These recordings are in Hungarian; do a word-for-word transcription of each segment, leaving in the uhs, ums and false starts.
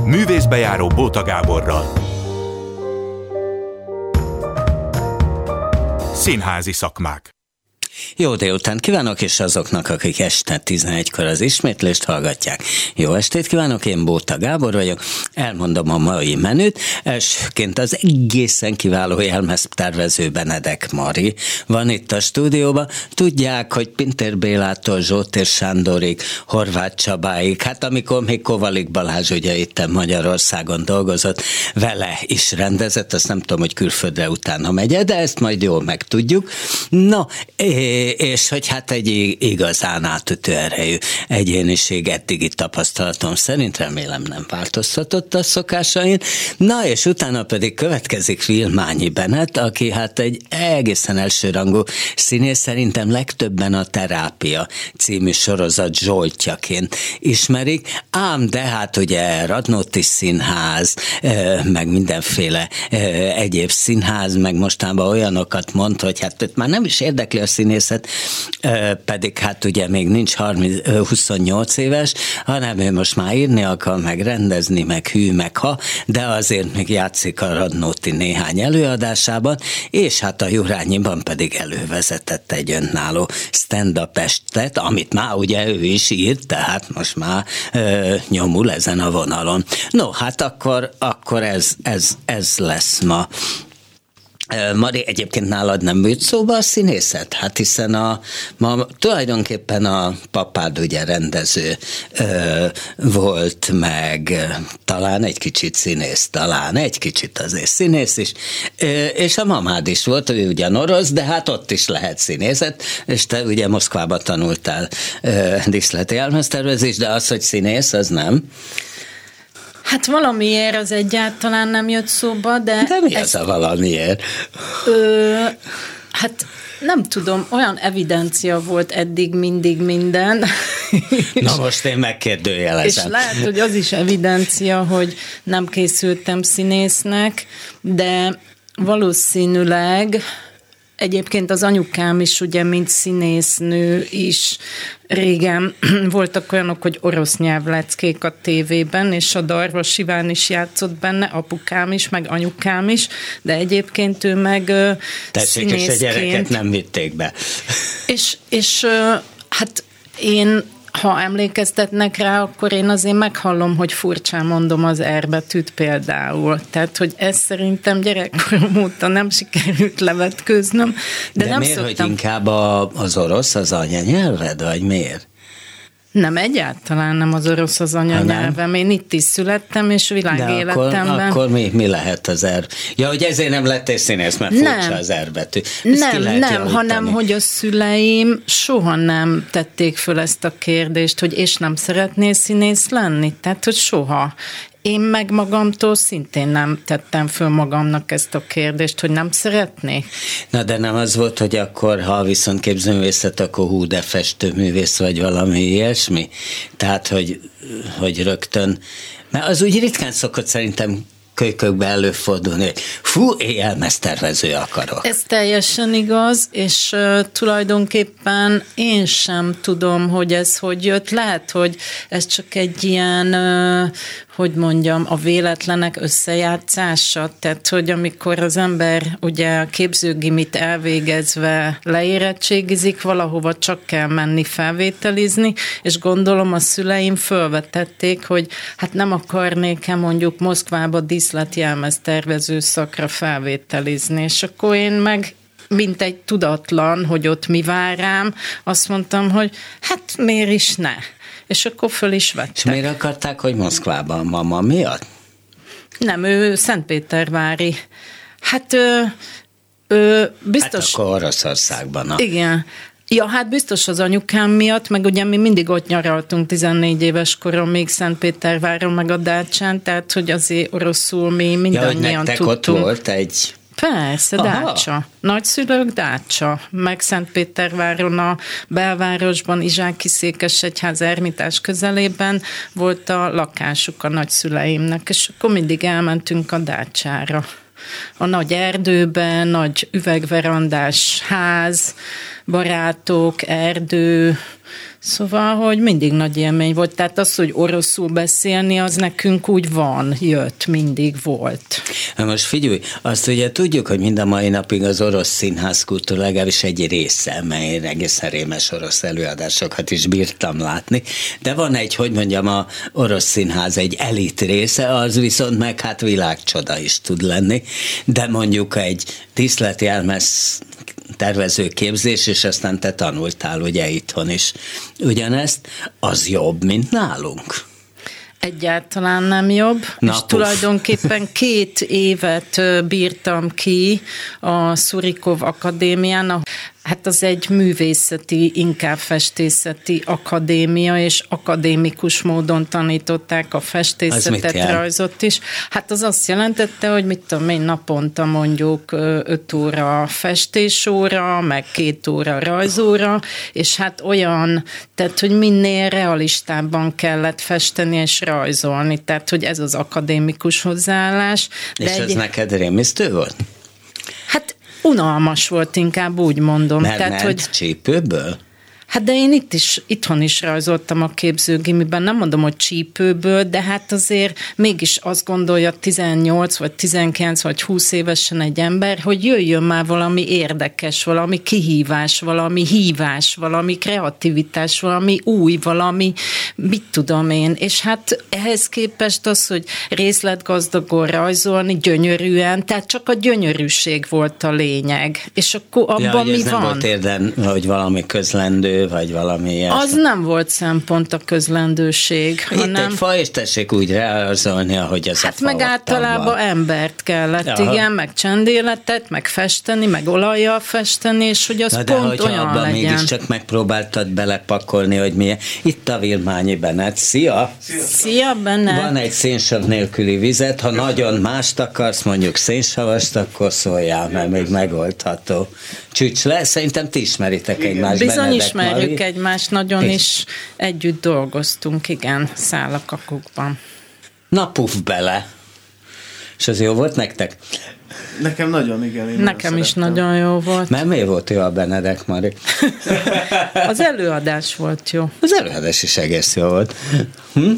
Művészbejáró Bóta Gáborral. Színházi szakmák. Jó délután kívánok, és azoknak, akik este tizenegykor az ismétlést hallgatják. Jó estét kívánok, én Bóta Gábor vagyok, elmondom a mai menüt. Elsőként az egészen kiváló jelmeztervező Benedek Mari van itt a stúdióban. Tudják, hogy Pintér Bélától Zsótér Sándorig, Horváth Csabáig, hát amikor még Kovalik Balázs ugye itt Magyarországon dolgozott, vele is rendezett, azt nem tudom, hogy külföldre utána megy, de ezt majd jól megtudjuk. No, és hogy hát egy igazán átütő erejű egyéniség eddigi tapasztalatom szerint, remélem nem változtatott a szokásain. Na és utána pedig következik Vilmányi Bennet, aki hát egy egészen elsőrangú színész, szerintem legtöbben a Terápia című sorozat Zsoltjaként ismerik, ám de hát ugye Radnóti Színház, meg mindenféle egyéb színház, meg mostában olyanokat mond, hogy hát őt már nem is érdekli a színészet, pedig hát ugye még nincs harminc, huszonnyolc éves, hanem ő most már írni akar, meg rendezni, meg hű, meg ha, de azért még játszik a Radnóti néhány előadásában, és hát a Jurányiban pedig elővezetett egy önálló stand-up estet, amit már ugye ő is írt, tehát most már ö, nyomul ezen a vonalon. No, hát akkor, akkor ez, ez, ez lesz ma. Mari, egyébként nálad nem jött szóba a színészet? Hát hiszen a, ma tulajdonképpen a papád ugye rendező ö, volt, meg talán egy kicsit színész, talán egy kicsit azért színész is, ö, és a mamád is volt, ő ugyan orosz, de hát ott is lehet színészet, és te ugye Moszkvába tanultál ö, díszleti elmeztervezést, de az, hogy színész, az nem. Hát valamiért az egyáltalán nem jött szóba, de... De mi ez a valamiért? Ö, hát nem tudom, olyan evidencia volt eddig mindig minden. Na most én megkérdőjelezem. És lehet, hogy az is evidencia, hogy nem készültem színésznek, de valószínűleg... Egyébként az anyukám is, ugye, mint színésznő is régen voltak olyanok, hogy orosz nyelvleckék a tévében, és a Darvas Iván is játszott benne, apukám is, meg anyukám is, de egyébként ő meg Tessék, színészként... és a gyereket nem vitték be. És, és hát én... Ha emlékeztetnek rá, akkor én azért meghallom, hogy furcsán mondom az R betűt például. Tehát, hogy ez szerintem gyerekkorom óta nem sikerült levetkőznöm. De, de nem miért, szoktam... hogy inkább a, az orosz az anyanyelved, vagy miért? Nem, egyáltalán nem az orosz az anyanyelvem. Én itt is születtem, és világéletemben... Akkor, akkor mi, mi lehet az R? Ja, hogy ezért nem lettél színész, mert furcsa az R betű. Ezt nem, nem, javítani. Hanem hogy a szüleim soha nem tették föl ezt a kérdést, hogy és nem szeretnél színész lenni? Tehát, hogy soha. Én meg magamtól szintén nem tettem föl magamnak ezt a kérdést, hogy nem szeretnék. Na de nem az volt, hogy akkor, ha viszont képzőművészet, akkor hú, de festőművész vagy valami ilyesmi? Tehát, hogy, hogy rögtön, mert az úgy ritkán szokott szerintem kölykökbe előfordulni, hogy fú, élmeztervező akarok. Ez teljesen igaz, és uh, tulajdonképpen én sem tudom, hogy ez hogy jött. Lehet, hogy ez csak egy ilyen, uh, hogy mondjam, a véletlenek összejátszása. Tehát, hogy amikor az ember ugye a képzőgimit elvégezve leérettségizik, valahova csak kell menni felvételizni, és gondolom a szüleim fölvetették, hogy hát nem akarnék-e mondjuk Moszkvába díszletjelmeztervező szakra felvételizni, és akkor én meg mint egy tudatlan, hogy ott mi vár rám, azt mondtam, hogy hát miért is ne? És akkor föl is vettek. És miért akarták, hogy Moszkvában, mama miatt? Nem, ő Szentpétervári. Hát ő, ő biztos... Hát akkor Oroszországban. A... Igen. Ja, hát biztos az anyukám miatt, meg ugye mi mindig ott nyaraltunk tizennégy éves koromig Szentpéterváron, meg a Dácsán, tehát hogy azért oroszul mi mindannyian ja, hogy tudtunk. Ott volt egy... Persze, aha. Dácsa. Nagyszülők Dácsa. Meg Szentpéterváron a belvárosban, Izsáki Székesegyház Ermitás közelében volt a lakásuk a nagyszüleimnek, és akkor mindig elmentünk a Dácsára. A nagy erdőben, nagy üvegverandás ház, barátok, erdő, Szóval, hogy mindig nagy élmény volt. Tehát az, hogy oroszul beszélni, az nekünk úgy van, jött, mindig volt. Na most figyelj, azt ugye tudjuk, hogy mind a mai napig az orosz színházkultúra legalábbis egy része, mely egészen rémes orosz előadásokat is bírtam látni, de van egy, hogy mondjam, a orosz színház egy elit része, az viszont meg hát világcsoda is tud lenni, de mondjuk egy díszletjelmez tervező képzés, és aztán te tanultál ugye itthon is ugyanezt, az jobb, mint nálunk. Egyáltalán nem jobb, Na, és puf. tulajdonképpen két évet bírtam ki a Szurikov Akadémián. Hát az egy művészeti, inkább festészeti akadémia, és akadémikus módon tanították a festészetet, rajzot is. Hát az azt jelentette, hogy mit tudom én, naponta mondjuk öt óra festésóra, meg két óra rajzóra, és hát olyan, tehát hogy minél realistábban kellett festeni és rajzolni, tehát hogy ez az akadémikus hozzáállás. És ez egy... neked rémisztő volt? Hát unalmas volt, inkább úgy mondom. Mert Tehát, ment hogy csípőből? Hát de én itt is, itthon is rajzoltam a képzőgimiben, nem mondom, hogy csípőből, de hát azért mégis azt gondolja tizennyolc, vagy tizenkilenc, vagy húsz évesen egy ember, hogy jöjjön már valami érdekes, valami kihívás, valami hívás, valami kreativitás, valami új, valami, mit tudom én. És hát ehhez képest az, hogy részletgazdagon rajzolni, gyönyörűen, tehát csak a gyönyörűség volt a lényeg. És akkor abban ja, mi ez van? Nem volt érdem, hogy valami közlendő, vagy valami ilyesmi. Az nem volt szempont a közlendőség, Itt hanem... egy fa, és tessék úgy rajzolni, ahogy ez hát a fa. Hát meg általában van. Embert kellett, Aha. igen, meg csendéletet, meg festeni, meg olajjal festeni, és hogy az Na pont olyan legyen. De mégiscsak megpróbáltad belepakolni, hogy milyen. Itt a Vilmányi Bennett. Szia! Szia, Szia Bennett! Van egy szénsav nélküli vizet, ha nagyon mást akarsz, mondjuk szénsavast, akkor szóljál, mert még megoldható. Csücs le, szerintem ti ismeritek egymást. Bizony ismerjük egymást, nagyon és... is együtt dolgoztunk, igen, szállakakukban. Na puf bele! És az jó volt nektek? Nekem nagyon, igen. Én Nekem is szerettem. Nagyon jó volt. Mert miért volt jó a Benedek Mari? Az előadás volt jó. Az előadás is egész jó volt. Hm?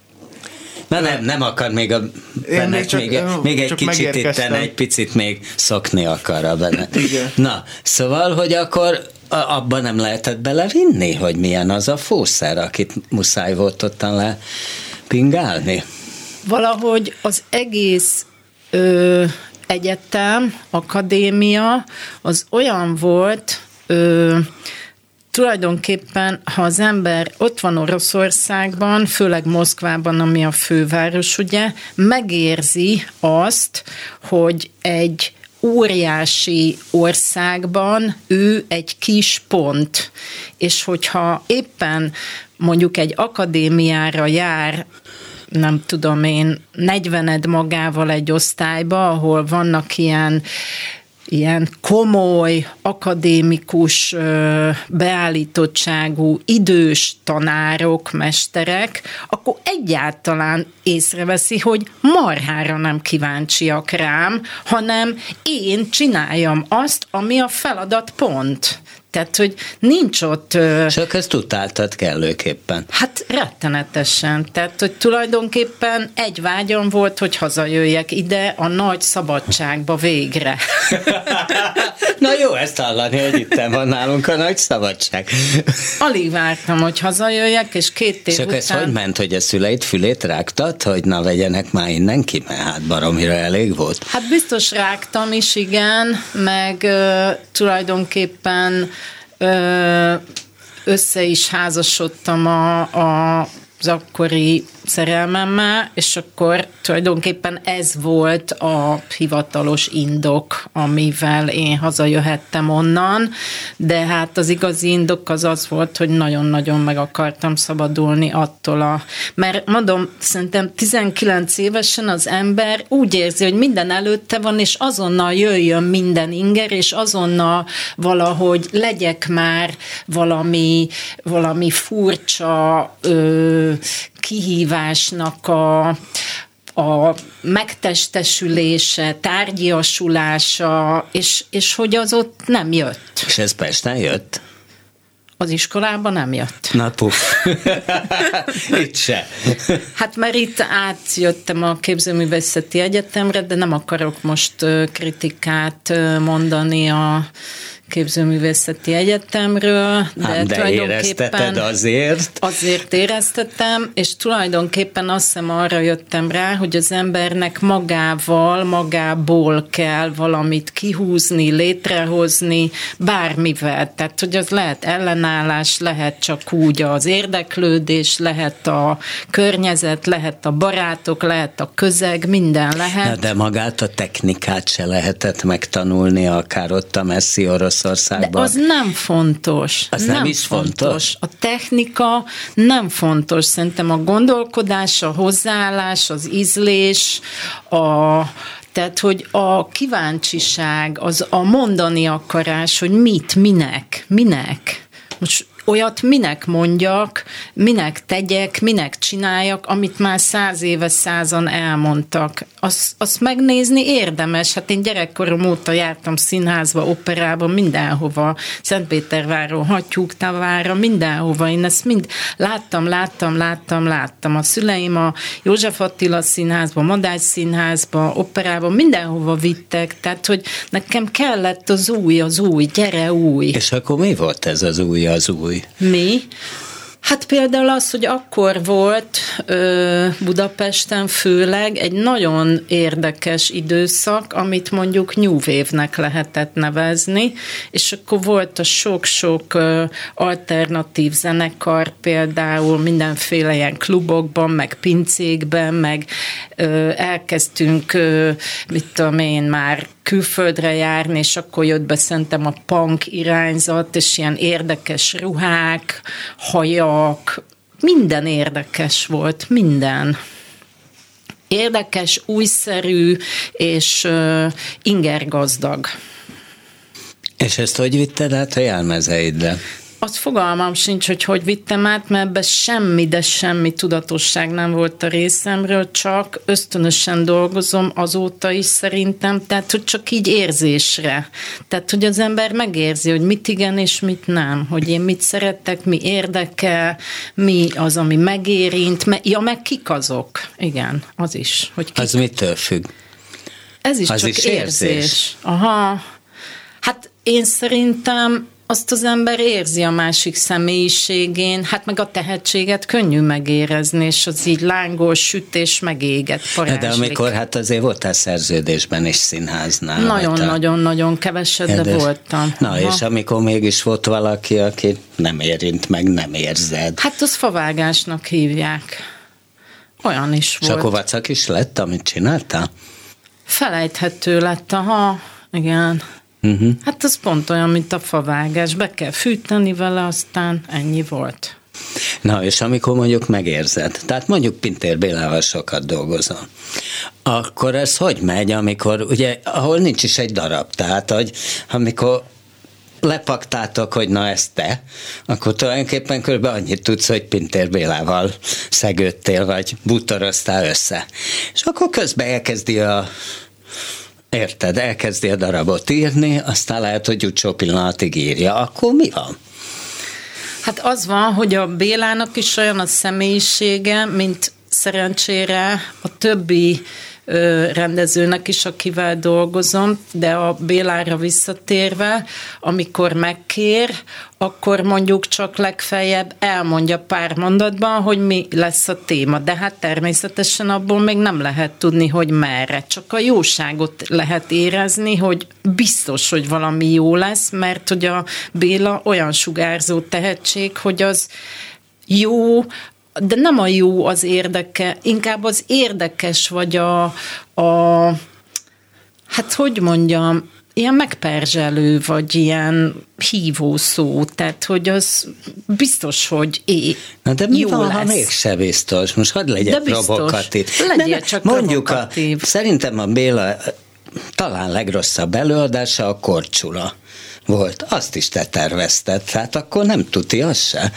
Na nem, nem akar még a Benedek, még, csak, még, még egy kicsit itten, egy picit még szokni akar a Benedek. Na, szóval, hogy akkor abban nem lehetett belevinni, hogy milyen az a fószer, akit muszáj volt ottan le pingálni? Valahogy az egész ö, egyetem, akadémia, az olyan volt, ö, tulajdonképpen, ha az ember ott van Oroszországban, főleg Moszkvában, ami a főváros, ugye, megérzi azt, hogy egy óriási országban ő egy kis pont, és hogyha éppen mondjuk egy akadémiára jár, nem tudom én, negyvened magával egy osztályba, ahol vannak ilyen ilyen komoly, akadémikus beállítottságú, idős tanárok, mesterek, akkor egyáltalán észreveszi, hogy marhára nem kíváncsiak rám, hanem én csináljam azt, ami a feladat pont. Tehát, hogy nincs ott... Csak ezt utáltad kellőképpen. Hát rettenetesen. Tehát, hogy tulajdonképpen egy vágyam volt, hogy hazajöjjek ide a nagy szabadságba végre. Na jó ezt hallani, hogy itt van nálunk a nagy szabadság. Alig vártam, hogy hazajöjjek, és két év Csak után... ez hogy ment, hogy a szüleid fülét rágtad, hogy na vegyenek már innen ki, mert hát baromira elég volt? Hát biztos rágtam is, igen, meg ö, tulajdonképpen ö, össze is házasodtam a, a, az akkori szerelmemmel, és akkor tulajdonképpen ez volt a hivatalos indok, amivel én hazajöhettem onnan, de hát az igazi indok az az volt, hogy nagyon-nagyon meg akartam szabadulni attól a... Mert mondom, szerintem tizenkilenc évesen az ember úgy érzi, hogy minden előtte van, és azonnal jöjjön minden inger, és azonnal valahogy legyek már valami, valami furcsa ö, kihívásnak a, a megtestesülése, tárgyiasulása, és, és hogy az ott nem jött. És ez Pesten jött? Az iskolában nem jött. Na puf. Itt se. Hát mert itt átjöttem a Képzőművészeti Egyetemre, de nem akarok most kritikát mondani a Képzőművészeti Egyetemről, de, hát de tulajdonképpen azért. Azért éreztetem, és tulajdonképpen azt hiszem arra jöttem rá, hogy az embernek magával, magából kell valamit kihúzni, létrehozni, bármivel. Tehát, hogy az lehet ellenállás, lehet csak úgy az érdeklődés, lehet a környezet, lehet a barátok, lehet a közeg, minden lehet. Na, de magát a technikát se lehetett megtanulni, akár ott a messzi orosz Oroszországban. De az nem fontos. Az nem, nem is fontos. fontos. A technika nem fontos. Szerintem a gondolkodás, a hozzáállás, az ízlés, a, tehát, hogy a kíváncsiság, az a mondani akarás, hogy mit, minek, minek. Most olyat minek mondjak, minek tegyek, minek csináljak, amit már száz éve százan elmondtak. Azt, azt megnézni érdemes. Hát én gyerekkorom óta jártam színházba, operába, mindenhova, Szentpéterváron, Hattyúktavára, mindenhova. Én ezt mind láttam, láttam, láttam, láttam. A szüleim a József Attila színházba, Madács színházba, operába, mindenhova vittek. Tehát, hogy nekem kellett az új, az új, gyere új. És akkor mi volt ez az új, az új? Mi? Hát például az, hogy akkor volt ö, Budapesten főleg egy nagyon érdekes időszak, amit mondjuk New Wave-nek lehetett nevezni, és akkor volt a sok-sok ö, alternatív zenekar, például mindenféle ilyen klubokban, meg pincékben, meg ö, elkezdtünk, ö, mit tudom én már, külföldre járni, és akkor jött be szerintem a punk irányzat, és ilyen érdekes ruhák, hajak, minden érdekes volt, minden. Érdekes, újszerű, és uh, ingergazdag. És ezt hogy vitted át a jelmezeiddel? Az fogalmam sincs, hogy hogy vittem át, mert ebben semmi, de semmi tudatosság nem volt a részemről, csak ösztönösen dolgozom azóta is szerintem, tehát hogy csak így érzésre. Tehát, hogy az ember megérzi, hogy mit igen és mit nem, hogy én mit szeretek, mi érdekel, mi az, ami megérint, me- ja, meg kik azok. Igen, az is. Hogy kik. Az mitől függ? Ez is az csak is érzés. érzés. Aha. Hát én szerintem azt az ember érzi a másik személyiségén, hát meg a tehetséget könnyű megérezni, és az így lángol, süt és megéget, parázslik. De amikor hát azért voltál szerződésben is színháznál. Nagyon-nagyon-nagyon keveset, de Edés. voltam. Na, Aha. És amikor mégis volt valaki, aki nem érint, meg nem érzed. Hát az favágásnak hívják. Olyan is és volt. És akkor vacak is lett, amit csináltál? Felejthető lett, aha, igen. Uh-huh. Hát az pont olyan, mint a favágás. Be kell fűteni vele, aztán ennyi volt. Na, és amikor mondjuk megérzed, tehát mondjuk Pintér Bélával sokat dolgozol, akkor ez hogy megy, amikor, ugye, ahol nincs is egy darab, tehát, hogy amikor lepaktátok, hogy na ez te, akkor tulajdonképpen körülbelül annyit tudsz, hogy Pintér Bélával szegődtél, vagy bútoroztál össze. És akkor közben elkezdi a Érted, elkezdi a darabot írni, aztán lehet, hogy utcsó pillanatig írja. Akkor mi van? Hát az van, hogy a Bélának is olyan a személyisége, mint szerencsére a többi ö, rendezőnek is, akivel dolgozom, de a Bélára visszatérve, amikor megkér, akkor mondjuk csak legfeljebb elmondja pár mondatban, hogy mi lesz a téma. De hát természetesen abból még nem lehet tudni, hogy merre. Csak a jóságot lehet érezni, hogy biztos, hogy valami jó lesz, mert hogy a Béla olyan sugárzó tehetség, hogy az jó, de nem a jó az érdeke, inkább az érdekes, vagy a, a hát hogy mondjam, ilyen megperzselő, vagy ilyen hívó szó, tehát hogy az biztos, hogy é, na de mi jó van, lesz. Ha mégse biztos? Most hadd legyek provokatív. Legyél csak mondjuk provokatív. A, szerintem a Béla talán legrosszabb előadása a Korcsula volt. Azt is te tervezted, tehát akkor nem tuti az se.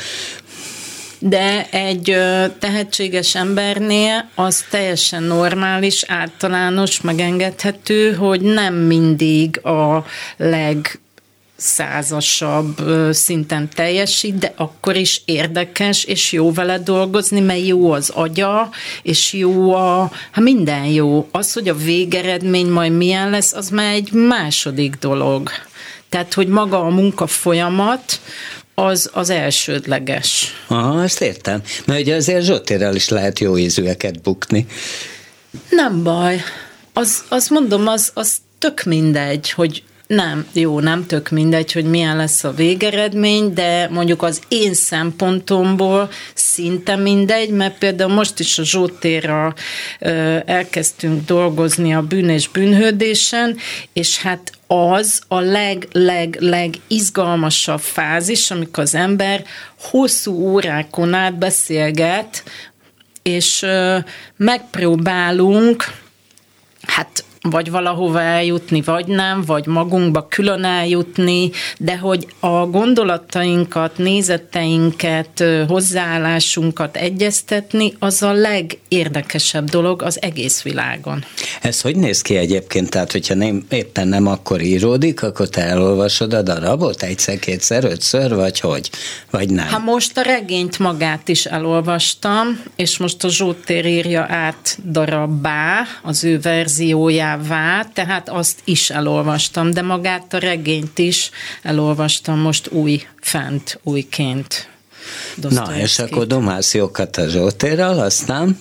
De egy tehetséges embernél az teljesen normális, általános, megengedhető, hogy nem mindig a leg százasabb szinten teljesít, de akkor is érdekes, és jó vele dolgozni, mert jó az agya, és jó a, hát minden jó. Az, hogy a végeredmény majd milyen lesz, az már egy második dolog. Tehát, hogy maga a munka folyamat, az, az elsődleges. Aha, ezt értem. Mert ugye azért Zsótérrel is lehet jó ízűeket bukni. Nem baj. Az, azt mondom, az, az tök mindegy, hogy nem, jó, nem tök mindegy, hogy milyen lesz a végeredmény, de mondjuk az én szempontomból szinte mindegy, mert például most is a Zsótérral elkezdtünk dolgozni a Bűn és bűnhődésen, és hát az a leg-leg-leg izgalmasabb fázis, amikor az ember hosszú órákon át beszélget, és megpróbálunk, hát vagy valahova eljutni, vagy nem, vagy magunkba külön eljutni, de hogy a gondolatainkat, nézeteinket, hozzáállásunkat egyeztetni, az a legérdekesebb dolog az egész világon. Ez hogy néz ki egyébként? Tehát, hogyha nem, éppen nem akkor íródik, akkor te elolvasod a darabot egyszer, kétszer, ötször, vagy hogy? Vagy nem? Hát most a regényt magát is elolvastam, és most a Zsótér írja át darabbá, az ő verzióját, tehát azt is elolvastam, de magát a regényt is elolvastam most új fent, újként. Na, és akkor domálsz jókat a Zsótérral, aztán?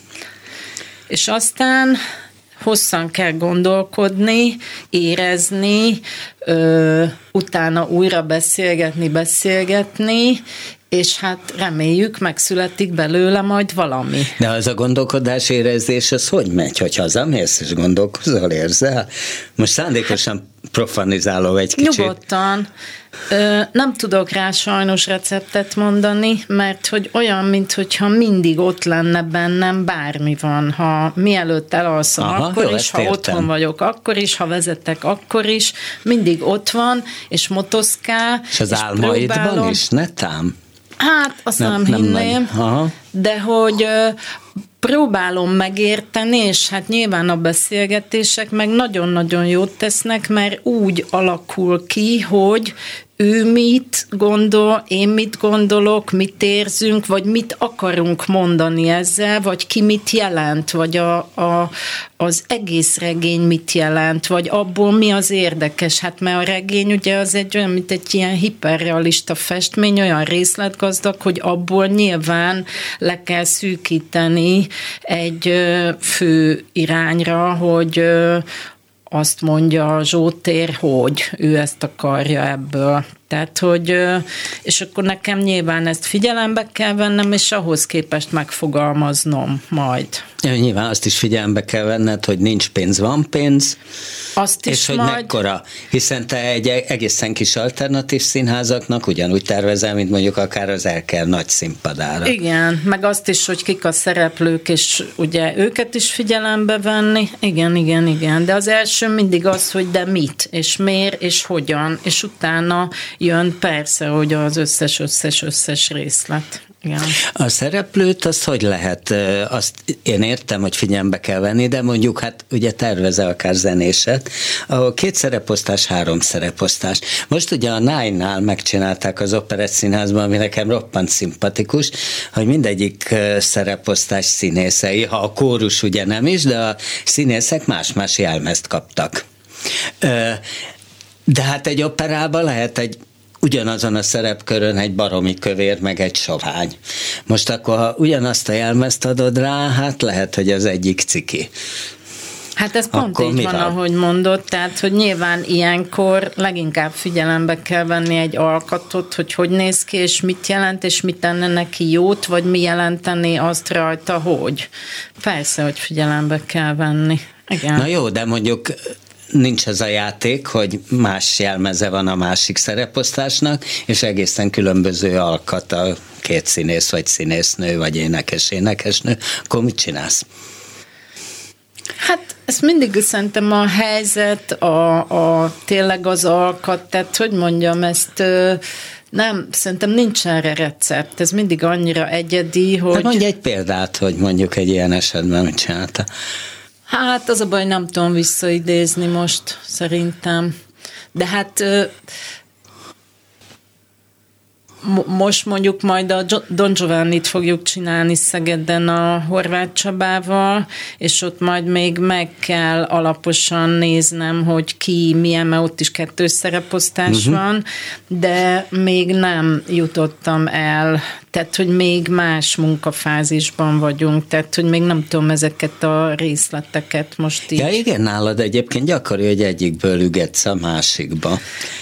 És aztán hosszan kell gondolkodni, érezni, ö, utána újra beszélgetni, beszélgetni, és hát reméljük, megszületik belőle majd valami. De az a gondolkodás, érezés, az hogy megy, hogy hazamész és gondolkozol, érzel? Most szándékosan profanizálom egy kicsit. Nyugodtan. Ö, nem tudok rá sajnos receptet mondani, mert hogy olyan, mintha mindig ott lenne bennem, bármi van. Ha mielőtt elalszom, Aha, akkor jó, is, ha értem. Otthon vagyok, akkor is, ha vezetek, akkor is, mindig ott van, és motoszkál. És az és álmaidban próbálom. Is, netám? Hát, azt nem, nem hinném, nem de hogy ö, próbálom megérteni, és hát nyilván a beszélgetések meg nagyon-nagyon jót tesznek, mert úgy alakul ki, hogy ő mit gondol, én mit gondolok, mit érzünk, vagy mit akarunk mondani ezzel, vagy ki mit jelent, vagy a, a, az egész regény mit jelent, vagy abból mi az érdekes. Hát mert a regény ugye az egy olyan, mint egy ilyen hiperrealista festmény, olyan részletgazdag, hogy abból nyilván le kell szűkíteni egy fő irányra, hogy azt mondja a Zsótér, hogy ő ezt akarja ebből. Tehát, hogy, és akkor nekem nyilván ezt figyelembe kell vennem, és ahhoz képest megfogalmaznom majd. Ja, nyilván azt is figyelembe kell venned, hogy nincs pénz, van pénz, azt is és hogy majd... mekkora. Hiszen te egy egészen kis alternatív színházaknak ugyanúgy tervezel, mint mondjuk akár az Erkel nagy színpadára. Igen, meg azt is, hogy kik a szereplők, és ugye őket is figyelembe venni. Igen, igen, igen. De az első mindig az, hogy de mit, és miért, és hogyan, és utána jön persze, hogy az összes, összes, összes részlet. Igen. A szereplőt azt hogy lehet? Azt én értem, hogy figyelembe kell venni, de mondjuk hát ugye tervezel akár zenéset, ahol két szereposztás, három szereposztás. Most ugye a Nine-nál megcsinálták az Operett Színházban, ami nekem roppant szimpatikus, hogy mindegyik szereposztás színészei, ha a kórus ugye nem is, de a színészek más-más jelmezt kaptak. De hát egy operában lehet egy ugyanazon a szerepkörön egy baromi kövér, meg egy sovány. Most akkor, ha ugyanazt a jelmezt adod rá, hát lehet, hogy az egyik ciki. Hát ez pont akkor így van, van, ahogy mondod, tehát, hogy nyilván ilyenkor leginkább figyelembe kell venni egy alkatot, hogy hogy néz ki, és mit jelent, és mit tenne neki jót, vagy mi jelenteni azt rajta, hogy. Persze, hogy figyelembe kell venni. Igen. Na jó, de mondjuk nincs az a játék, hogy más jelmeze van a másik szereposztásnak, és egészen különböző alkat a két színész, vagy színésznő, vagy énekes-énekesnő, akkor mit csinálsz? Hát ezt mindig szerintem a helyzet, a, a tényleg az alkat, tehát hogy mondjam, ezt nem, szerintem nincs erre recept, ez mindig annyira egyedi, hogy... Hát mondj egy példát, hogy mondjuk egy ilyen esetben mit csinálta. Hát az a baj, nem tudom visszaidézni most, szerintem. De hát most mondjuk majd a Don Giovannit fogjuk csinálni Szegeden a Horváth Csabával, és ott majd még meg kell alaposan néznem, hogy ki milyen, mert ott is kettős szereposztás uh-huh. van, de még nem jutottam el, tehát, hogy még más munkafázisban vagyunk, tehát, hogy még nem tudom ezeket a részleteket most így. Ja igen, nálad egyébként gyakori, hogy egyikből ügetsz a másikba.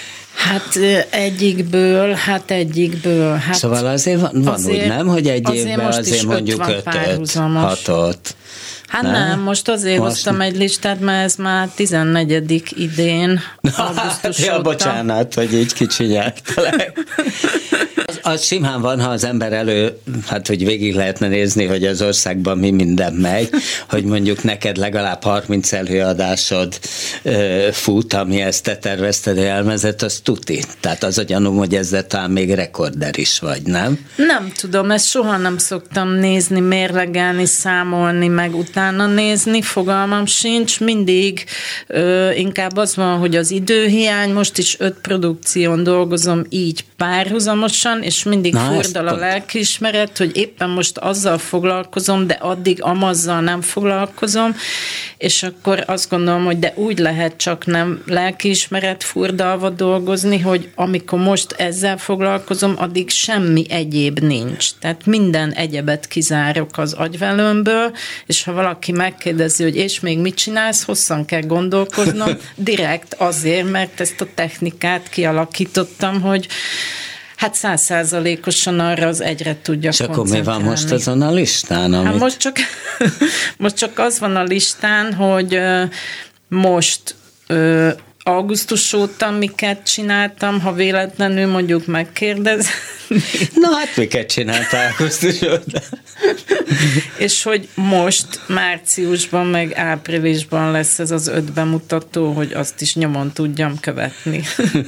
Hát egyikből, hát egyikből. Hát szóval azért van, van azért, úgy, nem, hogy egy azért évben azért mondjuk ötöt, hatot. Hát nem, nem most azért most... hoztam egy listát, mert ez már tizennegyedik idén, augusztus ja, bocsánat, hogy így kicsinyeltelek. Az, az simán van, ha az ember elő, hát hogy végig lehetne nézni, hogy az országban mi minden megy, hogy mondjuk neked legalább harminc előadásod ö, fut, ami ezt te tervezted, elmezett, az tuti. Tehát az a gyanúm, hogy ezzel talán még rekorder is vagy, nem? Nem tudom, ezt soha nem szoktam nézni, mérlegelni, számolni, meg utána nézni, fogalmam sincs. Mindig ö, inkább az van, hogy az időhiány, most is öt produkción dolgozom így párhuzamosan, és mindig Na, furdal a lelkiismeret, hogy éppen most azzal foglalkozom, de addig amazzal nem foglalkozom, és akkor azt gondolom, hogy de úgy lehet csak nem lelkiismeret furdalva dolgozni, hogy amikor most ezzel foglalkozom, addig semmi egyéb nincs. Tehát minden egyebet kizárok az agyvelőmből, és ha valaki megkérdezi, hogy és még mit csinálsz, hosszan kell gondolkoznom, direkt azért, mert ezt a technikát kialakítottam, hogy hát száz százalékosan arra az egyre tudja és koncentrálni. És akkor mi van most azon a listán? Amit... Hát most csak, most csak az van a listán, hogy most augusztus óta miket csináltam, ha véletlenül mondjuk megkérdez. Na hát miket csináltál augusztus óta? És hogy most márciusban meg áprilisban lesz ez az öt bemutató, hogy azt is nyomon tudjam követni.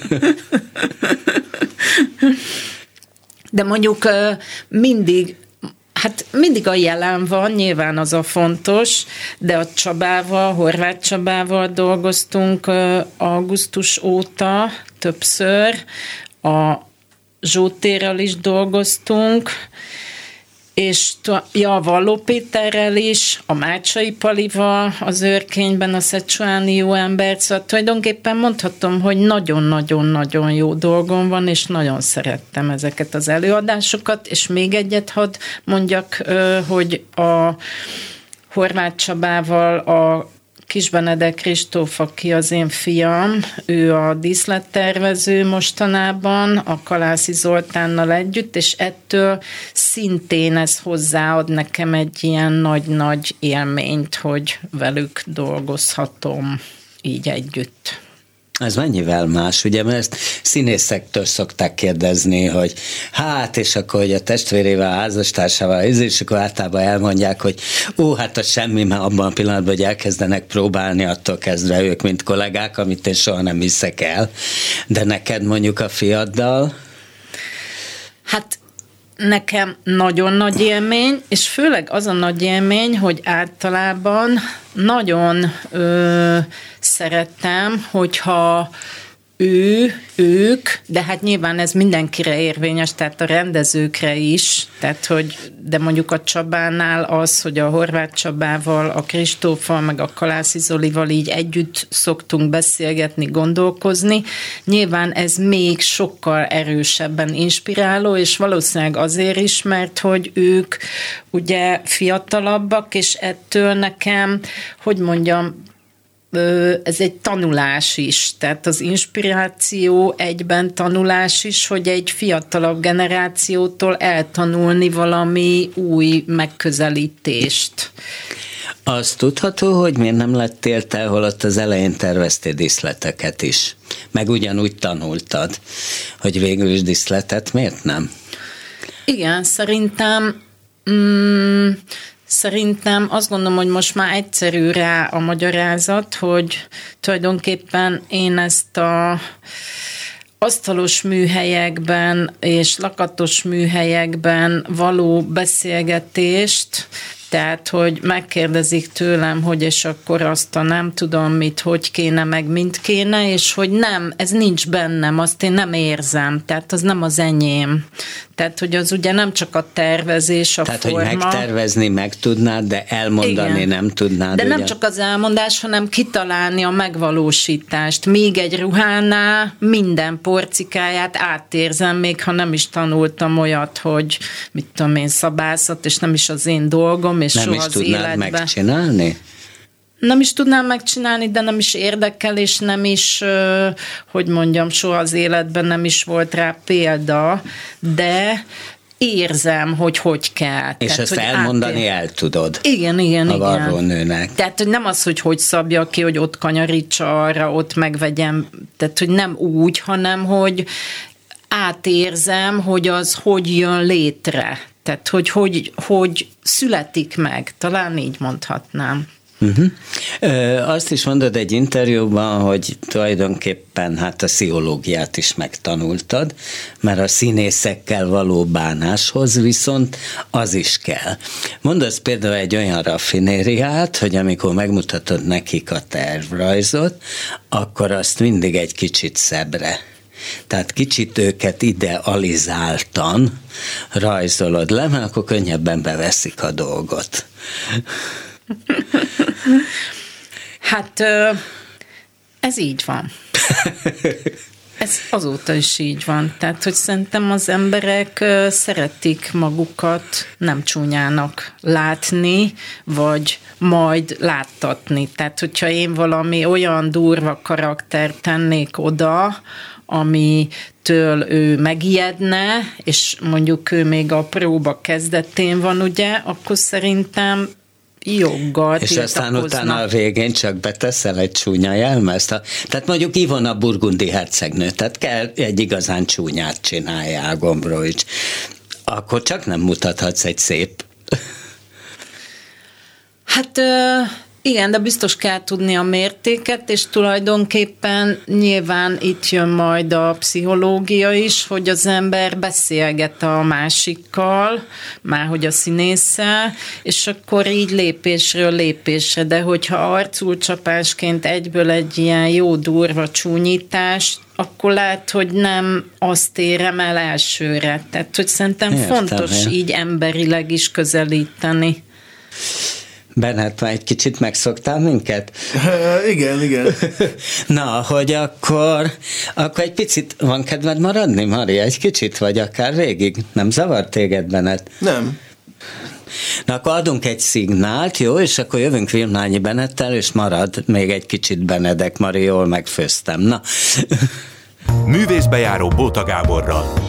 De mondjuk mindig, hát mindig a jelen van, nyilván az a fontos, de a Csabával, Horváth Csabával dolgoztunk augusztus óta többször, a Zsótérrel is dolgoztunk, és ja, a Valló Péterrel is, a Mácsai Palival, az Őrkényben, a Szecsuáni jó embert, szóval tulajdonképpen mondhatom, hogy nagyon-nagyon-nagyon jó dolgom van, és nagyon szerettem ezeket az előadásokat, és még egyet hadd mondjak, hogy a Horváth Csabával a Kisbenedek Kristóf, aki az én fiam, ő a díszlettervező mostanában, a Kalászi Zoltánnal együtt, és ettől szintén ez hozzáad nekem egy ilyen nagy-nagy élményt, hogy velük dolgozhatom így együtt. Ez mennyivel más, ugye, mert ezt színészektől szokták kérdezni, hogy hát, és akkor, hogy a testvérével, a házastársával, és akkor általában elmondják, hogy ó, hát az semmi, mert abban a pillanatban, hogy elkezdenek próbálni, attól kezdve ők, mint kollégák, amit én soha nem hiszek el. De neked mondjuk a fiaddal? Hát nekem nagyon nagy élmény, és főleg az a nagy élmény, hogy általában nagyon ö, szerettem, hogyha ő, ők, de hát nyilván ez mindenkire érvényes, tehát a rendezőkre is, tehát hogy, de mondjuk a Csabánál az, hogy a Horváth Csabával, a Kristóffal, meg a Kalászi Zolival így együtt szoktunk beszélgetni, gondolkozni. Nyilván ez még sokkal erősebben inspiráló, és valószínűleg azért is, mert hogy ők ugye fiatalabbak, és ettől nekem, hogy mondjam, ez egy tanulás is, tehát az inspiráció egyben tanulás is, hogy egy fiatalabb generációtól eltanulni valami új megközelítést. Az tudható, hogy miért nem lettél te, holott az elején terveztél díszleteket is, meg ugyanúgy tanultad, hogy végül is díszletet miért nem? Igen, szerintem... Mm, Szerintem azt gondolom, hogy most már egyszerű rá a magyarázat, hogy tulajdonképpen én ezt a asztalos műhelyekben és lakatos műhelyekben való beszélgetést, Tehát, hogy megkérdezik tőlem, hogy és akkor azt a nem tudom mit, hogy kéne, meg mint kéne, és hogy nem, ez nincs bennem, azt én nem érzem, tehát az nem az enyém. Tehát, hogy az ugye nem csak a tervezés, a tehát, forma. Tehát, hogy megtervezni meg tudnád, de elmondani igen. nem tudnád. De ugye? nem csak az elmondás, hanem kitalálni a megvalósítást. Míg egy ruhánál minden porcikáját átérzem, még ha nem is tanultam olyat, hogy mit tudom én, szabászat, és nem is az én dolgom, és nem soha is az tudnád életben. megcsinálni? Nem is tudnám megcsinálni, de nem is érdekel, és nem is, hogy mondjam, soha az életben nem is volt rá példa, de érzem, hogy hogy kell. És tehát, ezt hogy elmondani átér... el tudod. Igen, igen, a igen. A varrónőnek. Tehát, hogy nem az, hogy hogy szabja ki, hogy ott kanyarítsa arra, ott megvegyem, tehát, hogy nem úgy, hanem, hogy átérzem, hogy az hogy jön létre. Tehát, hogy hogy, hogy születik meg. Talán így mondhatnám. Uh-huh. Ö, azt is mondod egy interjúban, hogy tulajdonképpen hát a pszichológiát is megtanultad, mert a színészekkel való bánáshoz viszont az is kell. Mondasz például egy olyan raffinériát, hogy amikor megmutatod nekik a tervrajzot, akkor azt mindig egy kicsit szebbre. Tehát kicsit őket idealizáltan rajzolod le, mert akkor könnyebben beveszik a dolgot. Hát ez így van. Ez azóta is így van. Tehát, hogy szerintem az emberek szeretik magukat nem csúnyának látni, vagy majd láttatni. Tehát, hogyha én valami olyan durva karaktert tennék oda, amitől ő megijedne, és mondjuk ő még a próba kezdetén van, ugye, akkor szerintem joggal és aztán utána a végén csak beteszel egy csúnya jelmezt. Tehát mondjuk Ivona burgundi hercegnő, tehát kell egy igazán csúnyát csináljál, Gombrowicz. Akkor csak nem mutathatsz egy szép. Hát igen, de biztos kell tudni a mértéket, és tulajdonképpen nyilván itt jön majd a pszichológia is, hogy az ember beszélget a másikkal, márhogy a színésszel, és akkor így lépésről lépésre, de hogyha arculcsapásként egyből egy ilyen jó durva csúnyítás, akkor lehet, hogy nem azt érem el elsőre. Tehát, hogy szerintem Értem, fontos én. így emberileg is közelíteni. Bernhard, már egy kicsit megszoktál minket? Uh, igen, igen. Na, hogy akkor, akkor egy picit van kedved maradni, Mari? Egy kicsit, vagy akár végig? Nem zavar téged, Bennett? Nem. Na, akkor adunk egy szignált, jó? És akkor jövünk Vilmányi Bennettel, és marad még egy kicsit Benedek, Mari, jól megfőztem. Na. Művészbejáró Bóta Gáborral.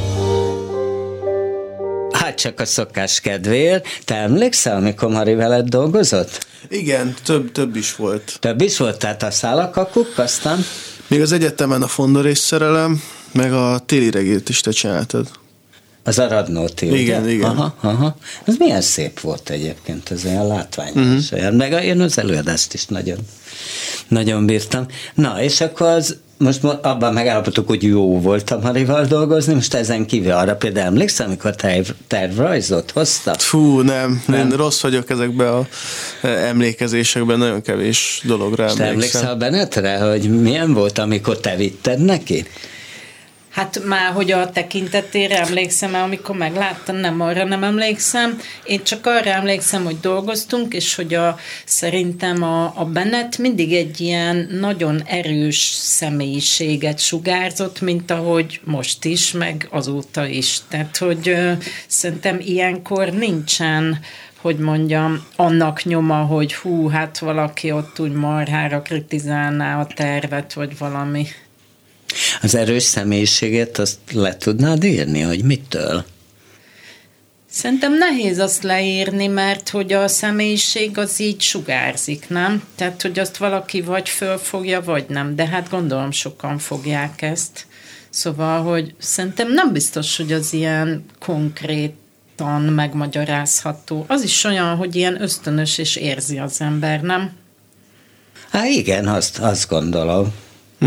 Hát csak a szokás kedvéért. Te emlékszel, amikor Mari veled dolgozott? Igen, több, több is volt. Több is volt, tehát a szálakakuk, aztán? Még az egyetemen a Fondor és szerelem, meg a téli regélt is te csináltad. Az a Radnóti, igen, ugye? igen. Aha, aha. Ez milyen szép volt egyébként, ez olyan látványos. Uh-huh. Olyan. Meg én az előadást is nagyon, nagyon bírtam. Na, és akkor az, most abban megállapodtuk, hogy jó volt a Marival dolgozni, most ezen kívül arra például emlékszem, amikor terv, tervrajzot hozta? Fú, nem, nem, én rossz vagyok ezekben a emlékezésekben, nagyon kevés dologra emlékszem. Te emlékszel Bennettre, hogy milyen volt, amikor te vitted neki? Hát már, hogy a tekintetére emlékszem, amikor megláttam, nem arra nem emlékszem. Én csak arra emlékszem, hogy dolgoztunk, és hogy a, szerintem a, a Bennett mindig egy ilyen nagyon erős személyiséget sugárzott, mint ahogy most is, meg azóta is. Tehát, hogy ö, szerintem ilyenkor nincsen, hogy mondjam, annak nyoma, hogy hú, hát valaki ott úgy marhára kritizálná a tervet, vagy valami. Az erős személyiséget azt le tudnád írni, hogy mitől? Szerintem nehéz azt leírni, mert hogy a személyiség az így sugárzik, nem? Tehát, hogy azt valaki vagy fölfogja, vagy nem. De hát gondolom sokan fogják ezt. Szóval, hogy szerintem nem biztos, hogy az ilyen konkrétan megmagyarázható. Az is olyan, hogy ilyen ösztönös és érzi az ember, nem? Há, igen, azt, azt gondolom. Uh-huh.